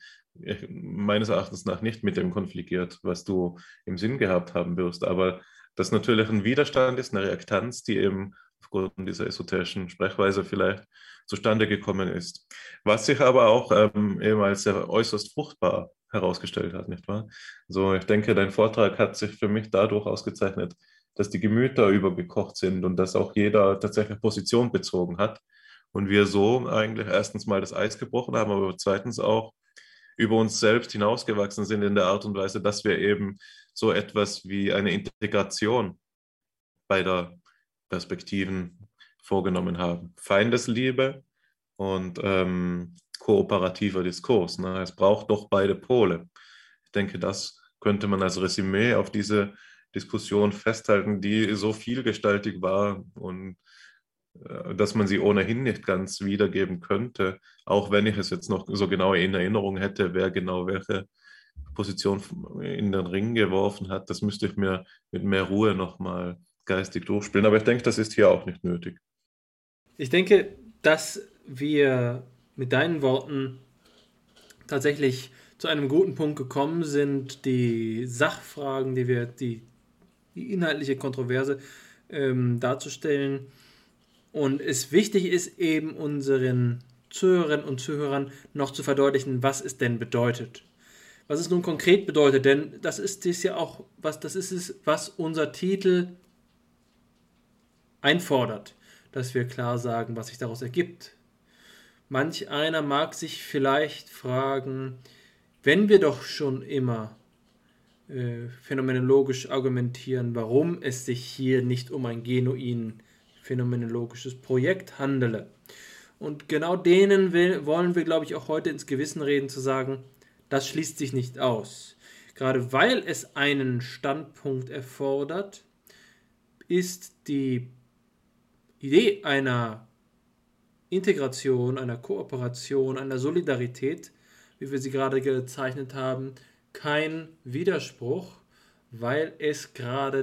meines Erachtens nach nicht mit dem konfligiert, was du im Sinn gehabt haben wirst, aber das natürlich ein Widerstand ist, eine Reaktanz, die eben aufgrund dieser esoterischen Sprechweise vielleicht zustande gekommen ist. Was sich aber auch eben als sehr äußerst fruchtbar herausgestellt hat, nicht wahr? Also ich denke, dein Vortrag hat sich für mich dadurch ausgezeichnet, dass die Gemüter übergekocht sind und dass auch jeder tatsächlich Position bezogen hat und wir so eigentlich erstens mal das Eis gebrochen haben, aber zweitens auch über uns selbst hinausgewachsen sind in der Art und Weise, dass wir eben so etwas wie eine Integration beider Perspektiven vorgenommen haben. Feindesliebe und kooperativer Diskurs. Ne? Es braucht doch beide Pole. Ich denke, das könnte man als Resümee auf diese Diskussion festhalten, die so vielgestaltig war und dass man sie ohnehin nicht ganz wiedergeben könnte, auch wenn ich es jetzt noch so genau in Erinnerung hätte, wer genau welche Position in den Ring geworfen hat. Das müsste ich mir mit mehr Ruhe nochmal geistig durchspielen. Aber ich denke, das ist hier auch nicht nötig. Ich denke, dass wir mit deinen Worten tatsächlich zu einem guten Punkt gekommen sind, die Sachfragen, die inhaltliche Kontroverse darzustellen. Und es wichtig ist eben unseren Zuhörerinnen und Zuhörern noch zu verdeutlichen, was es denn bedeutet. Was es nun konkret bedeutet, denn das ist es ja auch, was unser Titel einfordert, dass wir klar sagen, was sich daraus ergibt. Manch einer mag sich vielleicht fragen, wenn wir doch schon immer phänomenologisch argumentieren, warum es sich hier nicht um ein genuin phänomenologisches Projekt handele. Und genau denen wollen wir, glaube ich, auch heute ins Gewissen reden, zu sagen, das schließt sich nicht aus. Gerade weil es einen Standpunkt erfordert, ist die Idee einer Integration, einer Kooperation, einer Solidarität, wie wir sie gerade gezeichnet haben, kein Widerspruch, weil es gerade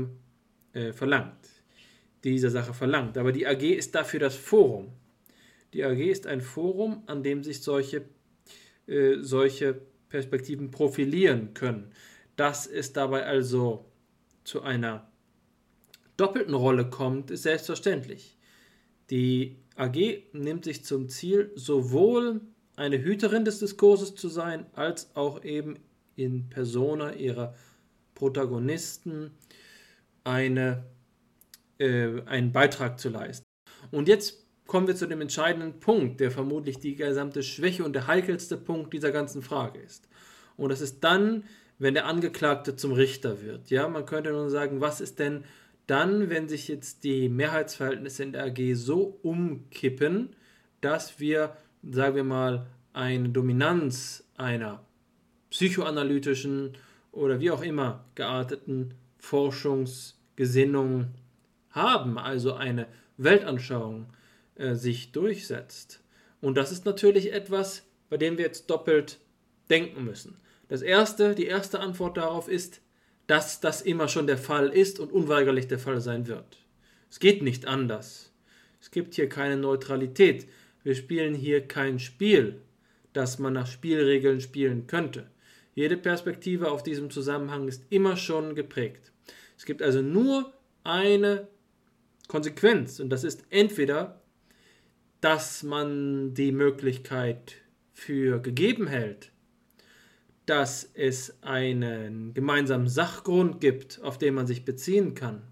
dieser Sache verlangt. Aber die AG ist dafür das Forum. Die AG ist ein Forum, an dem sich solche Perspektiven profilieren können. Dass es dabei also zu einer doppelten Rolle kommt, ist selbstverständlich. Die AG nimmt sich zum Ziel, sowohl eine Hüterin des Diskurses zu sein, als auch eben in Persona ihrer Protagonisten einen Beitrag zu leisten. Und jetzt kommen wir zu dem entscheidenden Punkt, der vermutlich die gesamte Schwäche und der heikelste Punkt dieser ganzen Frage ist. Und das ist dann, wenn der Angeklagte zum Richter wird. Ja, man könnte nun sagen, was ist denn dann, wenn sich jetzt die Mehrheitsverhältnisse in der AG so umkippen, dass wir, sagen wir mal, eine Dominanz einer psychoanalytischen oder wie auch immer gearteten Forschungsgesinnung haben, also eine Weltanschauung sich durchsetzt. Und das ist natürlich etwas, bei dem wir jetzt doppelt denken müssen. Die erste Antwort darauf ist, dass das immer schon der Fall ist und unweigerlich der Fall sein wird. Es geht nicht anders. Es gibt hier keine Neutralität. Wir spielen hier kein Spiel, das man nach Spielregeln spielen könnte. Jede Perspektive auf diesem Zusammenhang ist immer schon geprägt. Es gibt also nur eine Konsequenz und das ist entweder, dass man die Möglichkeit für gegeben hält, dass es einen gemeinsamen Sachgrund gibt, auf den man sich beziehen kann,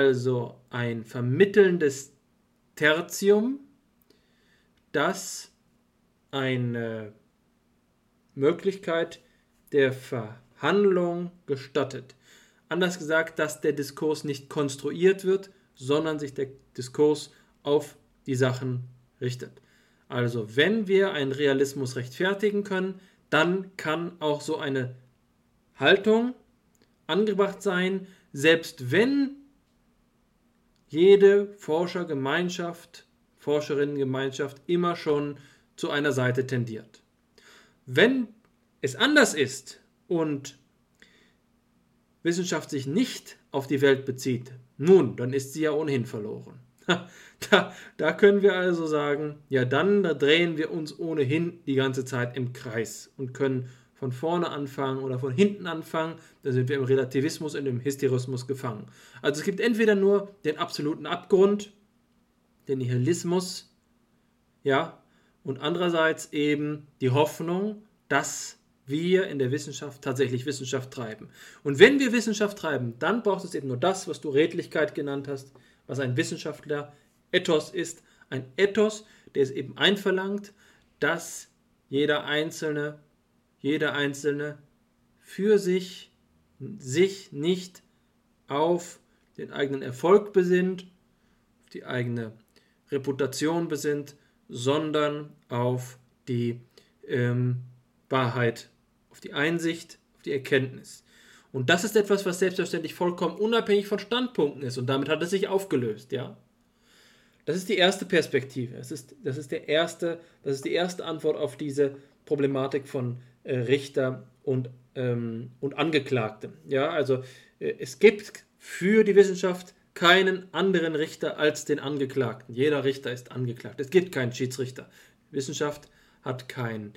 also ein vermittelndes Tertium, das eine Möglichkeit der Verhandlung gestattet. Anders gesagt, dass der Diskurs nicht konstruiert wird, sondern sich der Diskurs auf die Sachen richtet. Also wenn wir einen Realismus rechtfertigen können, dann kann auch so eine Haltung angebracht sein, selbst wenn jede Forscherinnengemeinschaft immer schon zu einer Seite tendiert. Wenn es anders ist und Wissenschaft sich nicht auf die Welt bezieht, nun, dann ist sie ja ohnehin verloren. Da können wir also sagen, ja dann, da drehen wir uns ohnehin die ganze Zeit im Kreis und können von vorne anfangen oder von hinten anfangen, da sind wir im Relativismus und im Hysterismus gefangen. Also es gibt entweder nur den absoluten Abgrund, den Nihilismus, ja, und andererseits eben die Hoffnung, dass wir in der Wissenschaft tatsächlich Wissenschaft treiben. Und wenn wir Wissenschaft treiben, dann braucht es eben nur das, was du Redlichkeit genannt hast, was ein Wissenschaftler Ethos ist. Ein Ethos, der es eben einverlangt, dass jeder Einzelne für sich nicht auf den eigenen Erfolg besinnt, auf die eigene Reputation besinnt, sondern auf die Wahrheit, auf die Einsicht, auf die Erkenntnis. Und das ist etwas, was selbstverständlich vollkommen unabhängig von Standpunkten ist. Und damit hat es sich aufgelöst, ja. Das ist die erste Perspektive. Das ist die erste Antwort auf diese Problematik von Richter und Angeklagten. Ja, also es gibt für die Wissenschaft keinen anderen Richter als den Angeklagten. Jeder Richter ist angeklagt. Es gibt keinen Schiedsrichter. Wissenschaft hat keine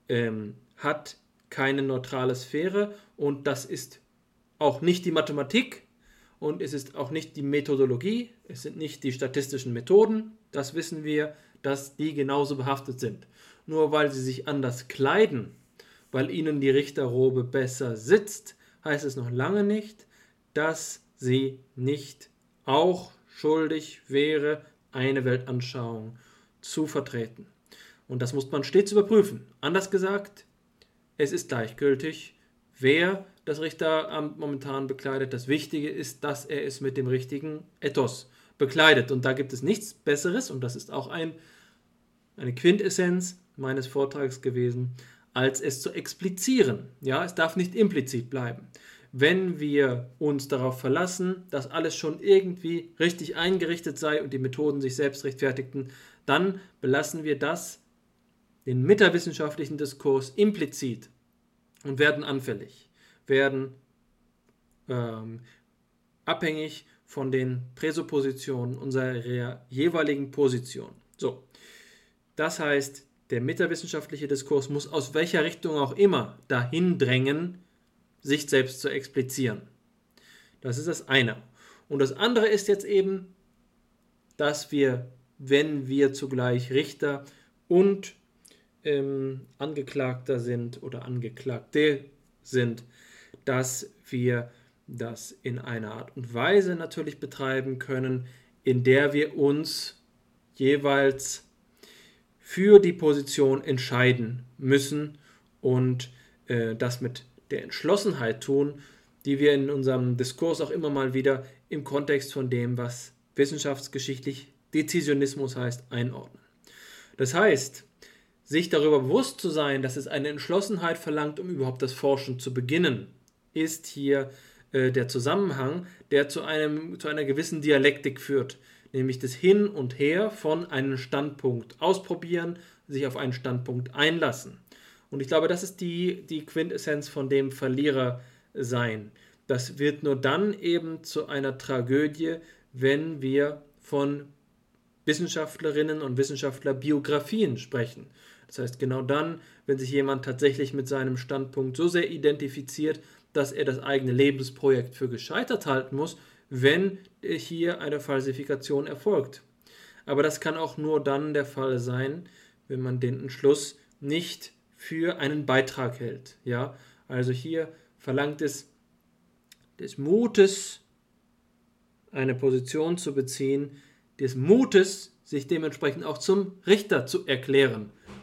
neutrale Sphäre und das ist auch nicht die Mathematik und es ist auch nicht die Methodologie, es sind nicht die statistischen Methoden, das wissen wir, dass die genauso behaftet sind. Nur weil sie sich anders kleiden, weil ihnen die Richterrobe besser sitzt, heißt es noch lange nicht, dass sie nicht auch schuldig wäre, eine Weltanschauung zu vertreten. Und das muss man stets überprüfen. Anders gesagt, es ist gleichgültig, wer das Richteramt momentan bekleidet. Das Wichtige ist, dass er es mit dem richtigen Ethos bekleidet. Und da gibt es nichts Besseres, und das ist auch eine Quintessenz meines Vortrags gewesen, als es zu explizieren. Ja, es darf nicht implizit bleiben. Wenn wir uns darauf verlassen, dass alles schon irgendwie richtig eingerichtet sei und die Methoden sich selbst rechtfertigten, dann belassen wir den metawissenschaftlichen Diskurs implizit und werden anfällig, werden abhängig von den Präsuppositionen unserer jeweiligen Position. So, das heißt, der metawissenschaftliche Diskurs muss aus welcher Richtung auch immer dahin drängen, sich selbst zu explizieren. Das ist das eine. Und das andere ist jetzt eben, dass wir, wenn wir zugleich Richter und Angeklagter sind oder Angeklagte sind, dass wir das in einer Art und Weise natürlich betreiben können, in der wir uns jeweils für die Position entscheiden müssen und das mit der Entschlossenheit tun, die wir in unserem Diskurs auch immer mal wieder im Kontext von dem, was wissenschaftsgeschichtlich Dezisionismus heißt, einordnen. Das heißt, sich darüber bewusst zu sein, dass es eine Entschlossenheit verlangt, um überhaupt das Forschen zu beginnen, ist hier der Zusammenhang, der zu einer gewissen Dialektik führt, nämlich das Hin und Her von einem Standpunkt ausprobieren, sich auf einen Standpunkt einlassen. Und ich glaube, das ist die Quintessenz von dem Verlierersein. Das wird nur dann eben zu einer Tragödie, wenn wir von Wissenschaftlerinnen und Wissenschaftlerbiografien sprechen. Das heißt, genau dann, wenn sich jemand tatsächlich mit seinem Standpunkt so sehr identifiziert, dass er das eigene Lebensprojekt für gescheitert halten muss, wenn hier eine Falsifikation erfolgt. Aber das kann auch nur dann der Fall sein, wenn man den Entschluss nicht für einen Beitrag hält. Ja? Also hier verlangt es des Mutes, eine Position zu beziehen, des Mutes, sich dementsprechend auch zum Richter zu erklären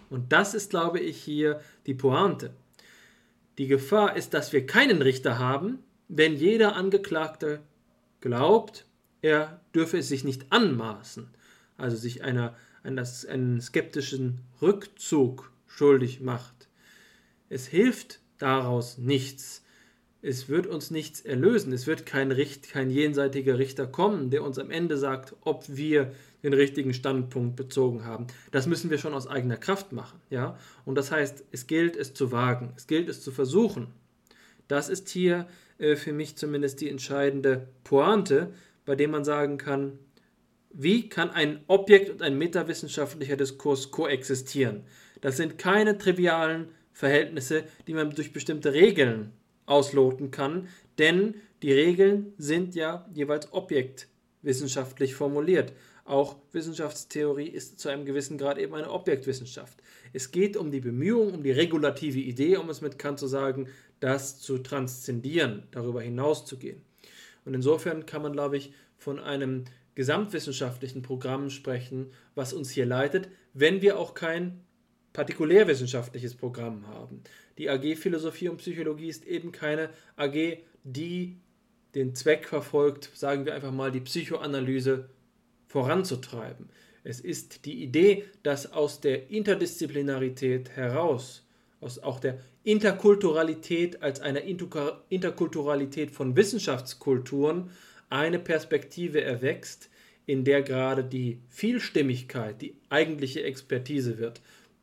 Und das ist, glaube ich, hier die Pointe. Die Gefahr ist, dass wir keinen Richter haben, wenn jeder Angeklagte glaubt, er dürfe es sich nicht anmaßen, also sich einen skeptischen Rückzug schuldig macht. Es hilft daraus nichts. Es wird uns nichts erlösen. Es wird kein jenseitiger Richter kommen, der uns am Ende sagt, ob wir den richtigen Standpunkt bezogen haben. Das müssen wir schon aus eigener Kraft machen. Ja? Und das heißt, es gilt, es zu wagen. Es gilt, es zu versuchen. Das ist hier für mich zumindest die entscheidende Pointe, bei dem man sagen kann, wie kann ein Objekt- und ein metawissenschaftlicher Diskurs koexistieren? Das sind keine trivialen Verhältnisse, die man durch bestimmte Regeln ausloten kann, denn die Regeln sind ja jeweils objektwissenschaftlich formuliert. Auch Wissenschaftstheorie ist zu einem gewissen Grad eben eine Objektwissenschaft. Es geht um die Bemühung, um die regulative Idee, um es mit Kant zu sagen, das zu transzendieren, darüber hinauszugehen. Und insofern kann man, glaube ich, von einem gesamtwissenschaftlichen Programm sprechen, was uns hier leitet, wenn wir auch kein partikulärwissenschaftliches Programm haben. Die AG Philosophie und Psychologie ist eben keine AG, die den Zweck verfolgt, sagen wir einfach mal, die Psychoanalyse voranzutreiben. Es ist die Idee, dass aus der Interdisziplinarität heraus, aus auch der Interkulturalität als einer Interkulturalität von Wissenschaftskulturen eine Perspektive erwächst, in der gerade die Vielstimmigkeit die eigentliche Expertise wird.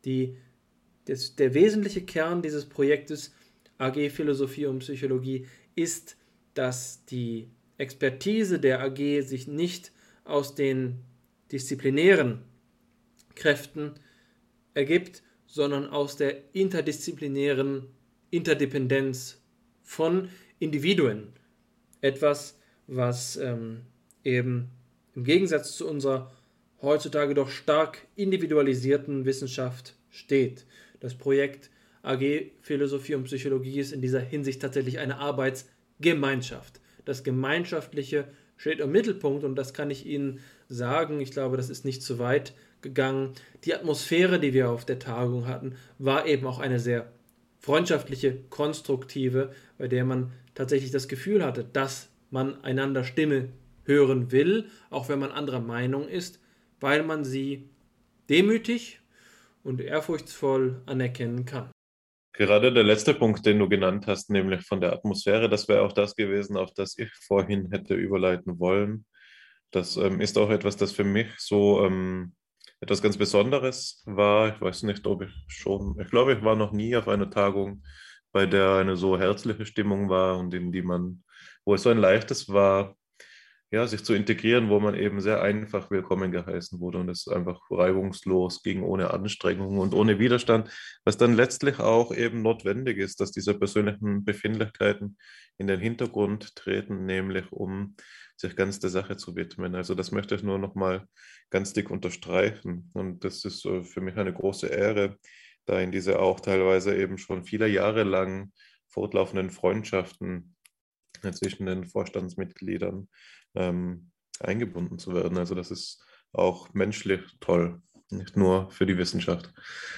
Der wesentliche Kern dieses Projektes AG Philosophie und Psychologie ist, dass die Expertise der AG sich nicht aus den disziplinären Kräften ergibt, sondern aus der interdisziplinären Interdependenz von Individuen. Etwas, was eben im Gegensatz zu unserer heutzutage doch stark individualisierten Wissenschaft steht. Das Projekt AG Philosophie und Psychologie ist in dieser Hinsicht tatsächlich eine Arbeitsgemeinschaft. Das Gemeinschaftliche steht im Mittelpunkt und das kann ich Ihnen sagen. Ich glaube, das ist nicht zu weit gegangen. Die Atmosphäre, die wir auf der Tagung hatten, war eben auch eine sehr freundschaftliche, konstruktive, bei der man tatsächlich das Gefühl hatte, dass man einander Stimme hören will, auch wenn man anderer Meinung ist, weil man sie demütig und ehrfurchtsvoll anerkennen kann. Gerade der letzte Punkt, den du genannt hast, nämlich von der Atmosphäre, das wäre auch das gewesen, auf das ich vorhin hätte überleiten wollen. Das ist auch etwas, das für mich so etwas ganz Besonderes war. Ich weiß nicht, ich glaube, ich war noch nie auf einer Tagung, bei der eine so herzliche Stimmung war und wo es so ein leichtes war, ja, sich zu integrieren, wo man eben sehr einfach willkommen geheißen wurde und es einfach reibungslos ging, ohne Anstrengung und ohne Widerstand, was dann letztlich auch eben notwendig ist, dass diese persönlichen Befindlichkeiten in den Hintergrund treten, nämlich um sich ganz der Sache zu widmen. Also das möchte ich nur noch mal ganz dick unterstreichen und das ist für mich eine große Ehre, da in diese auch teilweise eben schon viele Jahre lang fortlaufenden Freundschaften zwischen den Vorstandsmitgliedern eingebunden zu werden. Also das ist auch menschlich toll, nicht nur für die Wissenschaft.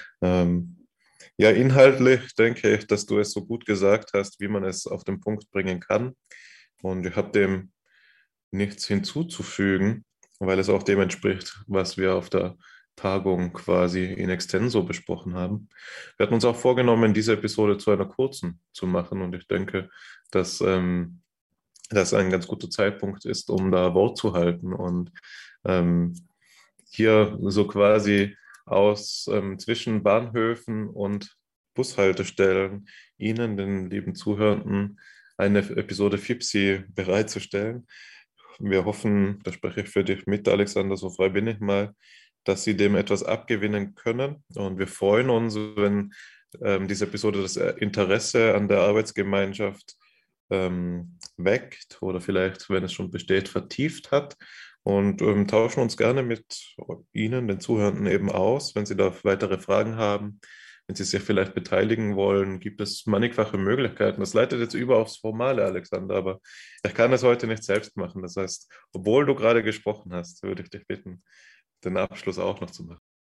Ja, inhaltlich denke ich, dass du es so gut gesagt hast, wie man es auf den Punkt bringen kann. Und ich habe dem nichts hinzuzufügen, weil es auch dem entspricht, was wir auf der Tagung quasi in extenso besprochen haben. Wir hatten uns auch vorgenommen, diese Episode zu einer kurzen zu machen und ich denke, dass das ein ganz guter Zeitpunkt ist, um da Wort zu halten und hier so quasi zwischen Bahnhöfen und Bushaltestellen Ihnen, den lieben Zuhörenden, eine Episode FIPSI bereitzustellen. Wir hoffen, da spreche ich für dich mit, Alexander, so frei bin ich mal, dass Sie dem etwas abgewinnen können. Und wir freuen uns, wenn diese Episode das Interesse an der Arbeitsgemeinschaft weckt oder vielleicht, wenn es schon besteht, vertieft hat und tauschen uns gerne mit Ihnen, den Zuhörenden, eben aus. Wenn Sie da weitere Fragen haben, wenn Sie sich vielleicht beteiligen wollen, gibt es mannigfache Möglichkeiten. Das leitet jetzt über aufs Formale, Alexander, aber ich kann es heute nicht selbst machen. Das heißt, obwohl du gerade gesprochen hast, würde ich dich bitten, den Abschluss auch noch zu machen.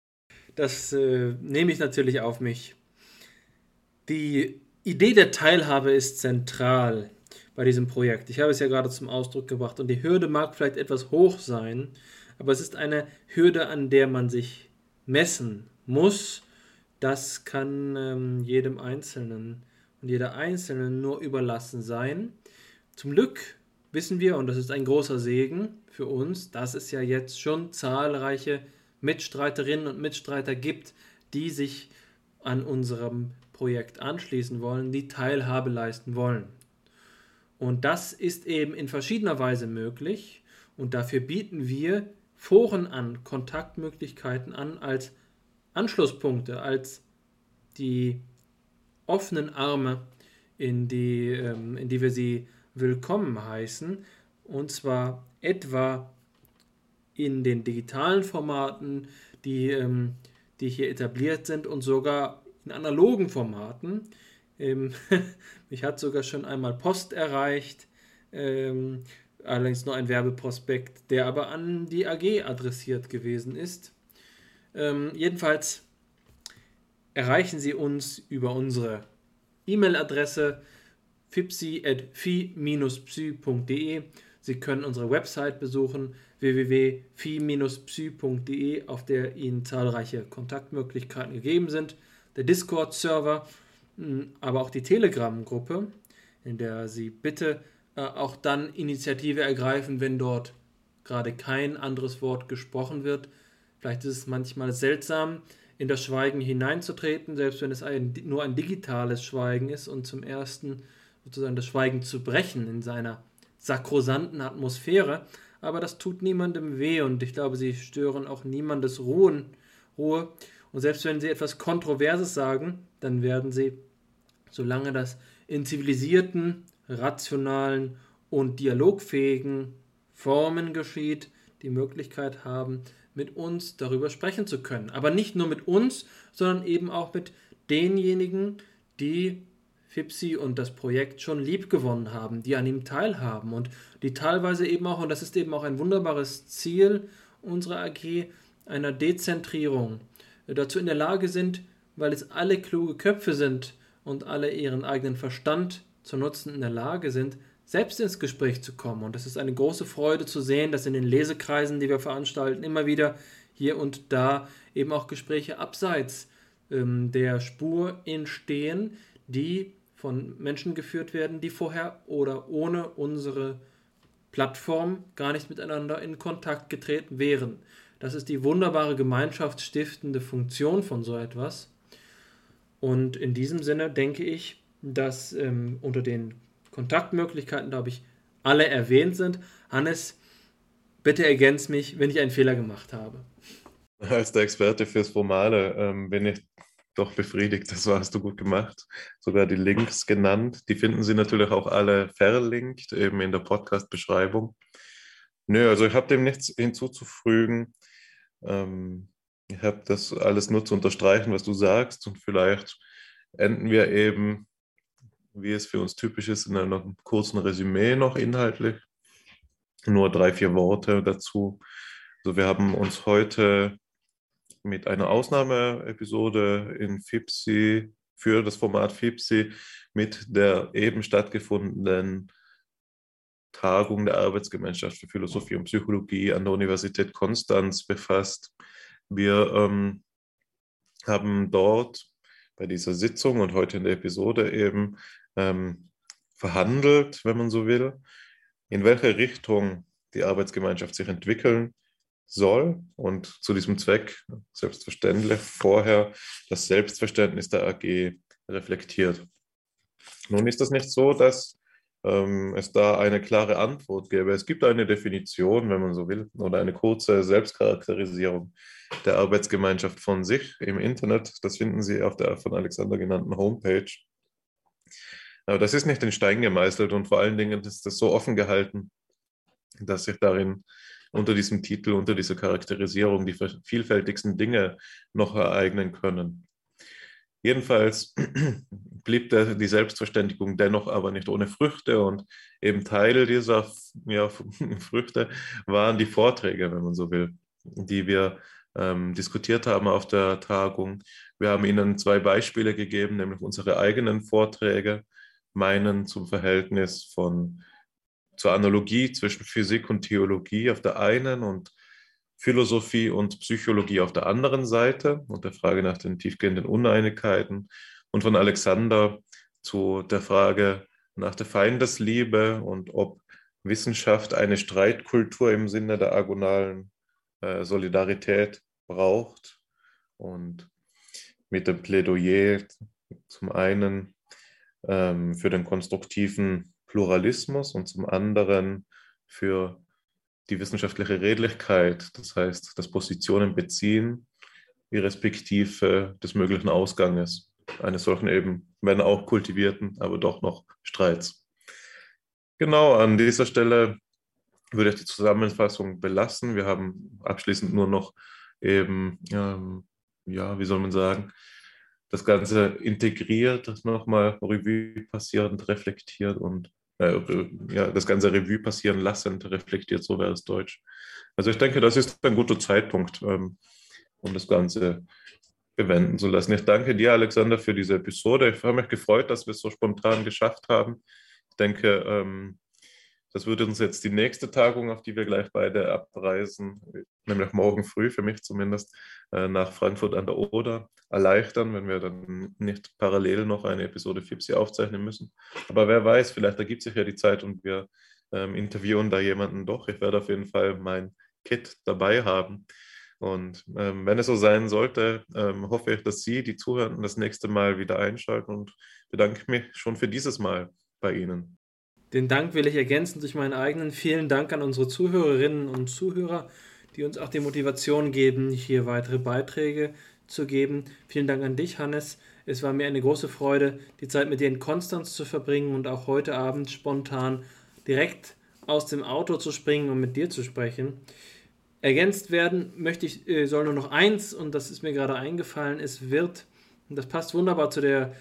das nehme ich natürlich auf mich. Die Idee der Teilhabe ist zentral bei diesem Projekt. Ich habe es ja gerade zum Ausdruck gebracht und die Hürde mag vielleicht etwas hoch sein, aber es ist eine Hürde, an der man sich messen muss. Das kann jedem Einzelnen und jeder Einzelnen nur überlassen sein. Zum Glück wissen wir, und das ist ein großer Segen für uns, dass es ja jetzt schon zahlreiche Mitstreiterinnen und Mitstreiter gibt, die sich an unserem Projekt anschließen wollen, die Teilhabe leisten wollen. Und das ist eben in verschiedener Weise möglich und dafür bieten wir Foren an, Kontaktmöglichkeiten an als Anschlusspunkte, als die offenen Arme, in die wir sie willkommen heißen, und zwar etwa in den digitalen Formaten, die hier etabliert sind und sogar in analogen Formaten. Mich hat sogar schon einmal Post erreicht, allerdings nur ein Werbeprospekt, der aber an die AG adressiert gewesen ist. Jedenfalls erreichen Sie uns über unsere E-Mail-Adresse fipsi@phi-psy.de. Sie können unsere Website besuchen, www.phi-psy.de, auf der Ihnen zahlreiche Kontaktmöglichkeiten gegeben sind. Der Discord-Server, aber auch die Telegram-Gruppe, in der Sie bitte auch dann Initiative ergreifen, wenn dort gerade kein anderes Wort gesprochen wird. Vielleicht ist es manchmal seltsam, in das Schweigen hineinzutreten, selbst wenn es nur ein digitales Schweigen ist, und zum ersten sozusagen das Schweigen zu brechen in seiner sakrosanten Atmosphäre. Aber das tut niemandem weh und ich glaube, Sie stören auch niemandes Ruhe. Und selbst wenn Sie etwas Kontroverses sagen, dann werden Sie, solange das in zivilisierten, rationalen und dialogfähigen Formen geschieht, die Möglichkeit haben, mit uns darüber sprechen zu können. Aber nicht nur mit uns, sondern eben auch mit denjenigen, die Fipsi und das Projekt schon liebgewonnen haben, die an ihm teilhaben und die teilweise eben auch, und das ist eben auch ein wunderbares Ziel unserer AG, einer Dezentrierung, dazu in der Lage sind, weil es alle kluge Köpfe sind und alle ihren eigenen Verstand zu nutzen in der Lage sind, selbst ins Gespräch zu kommen. Und es ist eine große Freude zu sehen, dass in den Lesekreisen, die wir veranstalten, immer wieder hier und da eben auch Gespräche abseits der Spur entstehen, die von Menschen geführt werden, die vorher oder ohne unsere Plattform gar nicht miteinander in Kontakt getreten wären. Das ist die wunderbare gemeinschaftsstiftende Funktion von so etwas. Und in diesem Sinne denke ich, dass unter den Kontaktmöglichkeiten, glaube ich, alle erwähnt sind. Hannes, bitte ergänz mich, wenn ich einen Fehler gemacht habe. Als der Experte fürs Formale bin ich doch befriedigt, das hast du gut gemacht. Sogar die Links genannt. Die finden Sie natürlich auch alle verlinkt, eben in der Podcast-Beschreibung. Nö, also ich habe dem nichts hinzuzufügen. Ich habe das alles nur zu unterstreichen, was du sagst, und vielleicht enden wir eben, wie es für uns typisch ist, in einem kurzen Resümee noch inhaltlich. Nur 3-4 Worte dazu. Also wir haben uns heute mit einer Ausnahmeepisode in Fipsi für das Format Fipsi mit der eben stattgefundenen Tagung der Arbeitsgemeinschaft für Philosophie und Psychologie an der Universität Konstanz befasst. Wir haben dort bei dieser Sitzung und heute in der Episode eben verhandelt, wenn man so will, in welche Richtung die Arbeitsgemeinschaft sich entwickeln soll und zu diesem Zweck selbstverständlich vorher das Selbstverständnis der AG reflektiert. Nun ist das nicht so, dass es da eine klare Antwort gäbe. Es gibt eine Definition, wenn man so will, oder eine kurze Selbstcharakterisierung der Arbeitsgemeinschaft von sich im Internet. Das finden Sie auf der von Alexander genannten Homepage. Aber das ist nicht in Stein gemeißelt und vor allen Dingen ist das so offen gehalten, dass sich darin unter diesem Titel, unter dieser Charakterisierung die vielfältigsten Dinge noch ereignen können. Jedenfalls blieb die Selbstverständigung dennoch aber nicht ohne Früchte und eben Teil dieser Früchte waren die Vorträge, wenn man so will, die wir diskutiert haben auf der Tagung. Wir haben Ihnen 2 Beispiele gegeben, nämlich unsere eigenen Vorträge, meinen zum Verhältnis zur Analogie zwischen Physik und Theologie auf der einen und Philosophie und Psychologie auf der anderen Seite und der Frage nach den tiefgehenden Uneinigkeiten und von Alexander zu der Frage nach der Feindesliebe und ob Wissenschaft eine Streitkultur im Sinne der agonalen Solidarität braucht und mit dem Plädoyer zum einen für den konstruktiven Pluralismus und zum anderen für die wissenschaftliche Redlichkeit, das heißt das Positionen beziehen, respektive des möglichen Ausganges eines solchen eben, wenn auch kultivierten, aber doch noch Streits. Genau, an dieser Stelle würde ich die Zusammenfassung belassen. Wir haben abschließend nur noch eben, wie soll man sagen, das Ganze integriert, das nochmal Revue passierend reflektiert und das ganze Revue passieren lassend reflektiert, so wäre es Deutsch. Also ich denke, das ist ein guter Zeitpunkt, um das Ganze bewenden zu lassen. Ich danke dir, Alexander, für diese Episode. Ich habe mich gefreut, dass wir es so spontan geschafft haben. Ich denke, das würde uns jetzt die nächste Tagung, auf die wir gleich beide abreisen, nämlich morgen früh, für mich zumindest, nach Frankfurt an der Oder, erleichtern, wenn wir dann nicht parallel noch eine Episode FIPSI aufzeichnen müssen. Aber wer weiß, vielleicht ergibt sich ja die Zeit und wir interviewen da jemanden doch. Ich werde auf jeden Fall mein Kit dabei haben. Und wenn es so sein sollte, hoffe ich, dass Sie, die Zuhörenden, das nächste Mal wieder einschalten und bedanke mich schon für dieses Mal bei Ihnen. Den Dank will ich ergänzen durch meinen eigenen. Vielen Dank an unsere Zuhörerinnen und Zuhörer, die uns auch die Motivation geben, hier weitere Beiträge zu geben. Vielen Dank an dich, Hannes. Es war mir eine große Freude, die Zeit mit dir in Konstanz zu verbringen und auch heute Abend spontan direkt aus dem Auto zu springen und mit dir zu sprechen. Ergänzt werden soll nur noch eins, und das ist mir gerade eingefallen, und das passt wunderbar zu der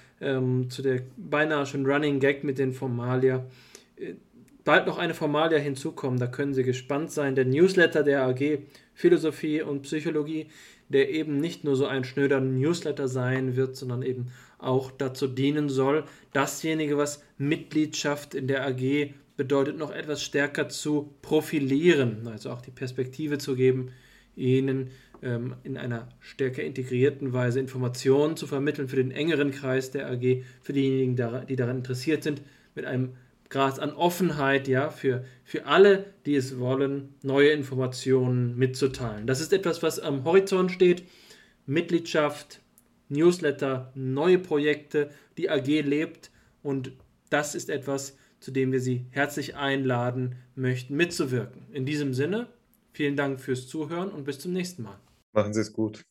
beinahe schon Running Gag mit den Formalia, bald noch eine Formalia hinzukommen, da können Sie gespannt sein, der Newsletter der AG Philosophie und Psychologie, der eben nicht nur so ein schnöder Newsletter sein wird, sondern eben auch dazu dienen soll, dasjenige, was Mitgliedschaft in der AG bedeutet, noch etwas stärker zu profilieren, also auch die Perspektive zu geben, Ihnen in einer stärker integrierten Weise Informationen zu vermitteln für den engeren Kreis der AG, für diejenigen, die daran interessiert sind, mit einem Grad an Offenheit, ja, für alle, die es wollen, neue Informationen mitzuteilen. Das ist etwas, was am Horizont steht. Mitgliedschaft, Newsletter, neue Projekte, die AG lebt, und das ist etwas, zu dem wir Sie herzlich einladen möchten, mitzuwirken. In diesem Sinne, vielen Dank fürs Zuhören und bis zum nächsten Mal. Machen Sie es gut.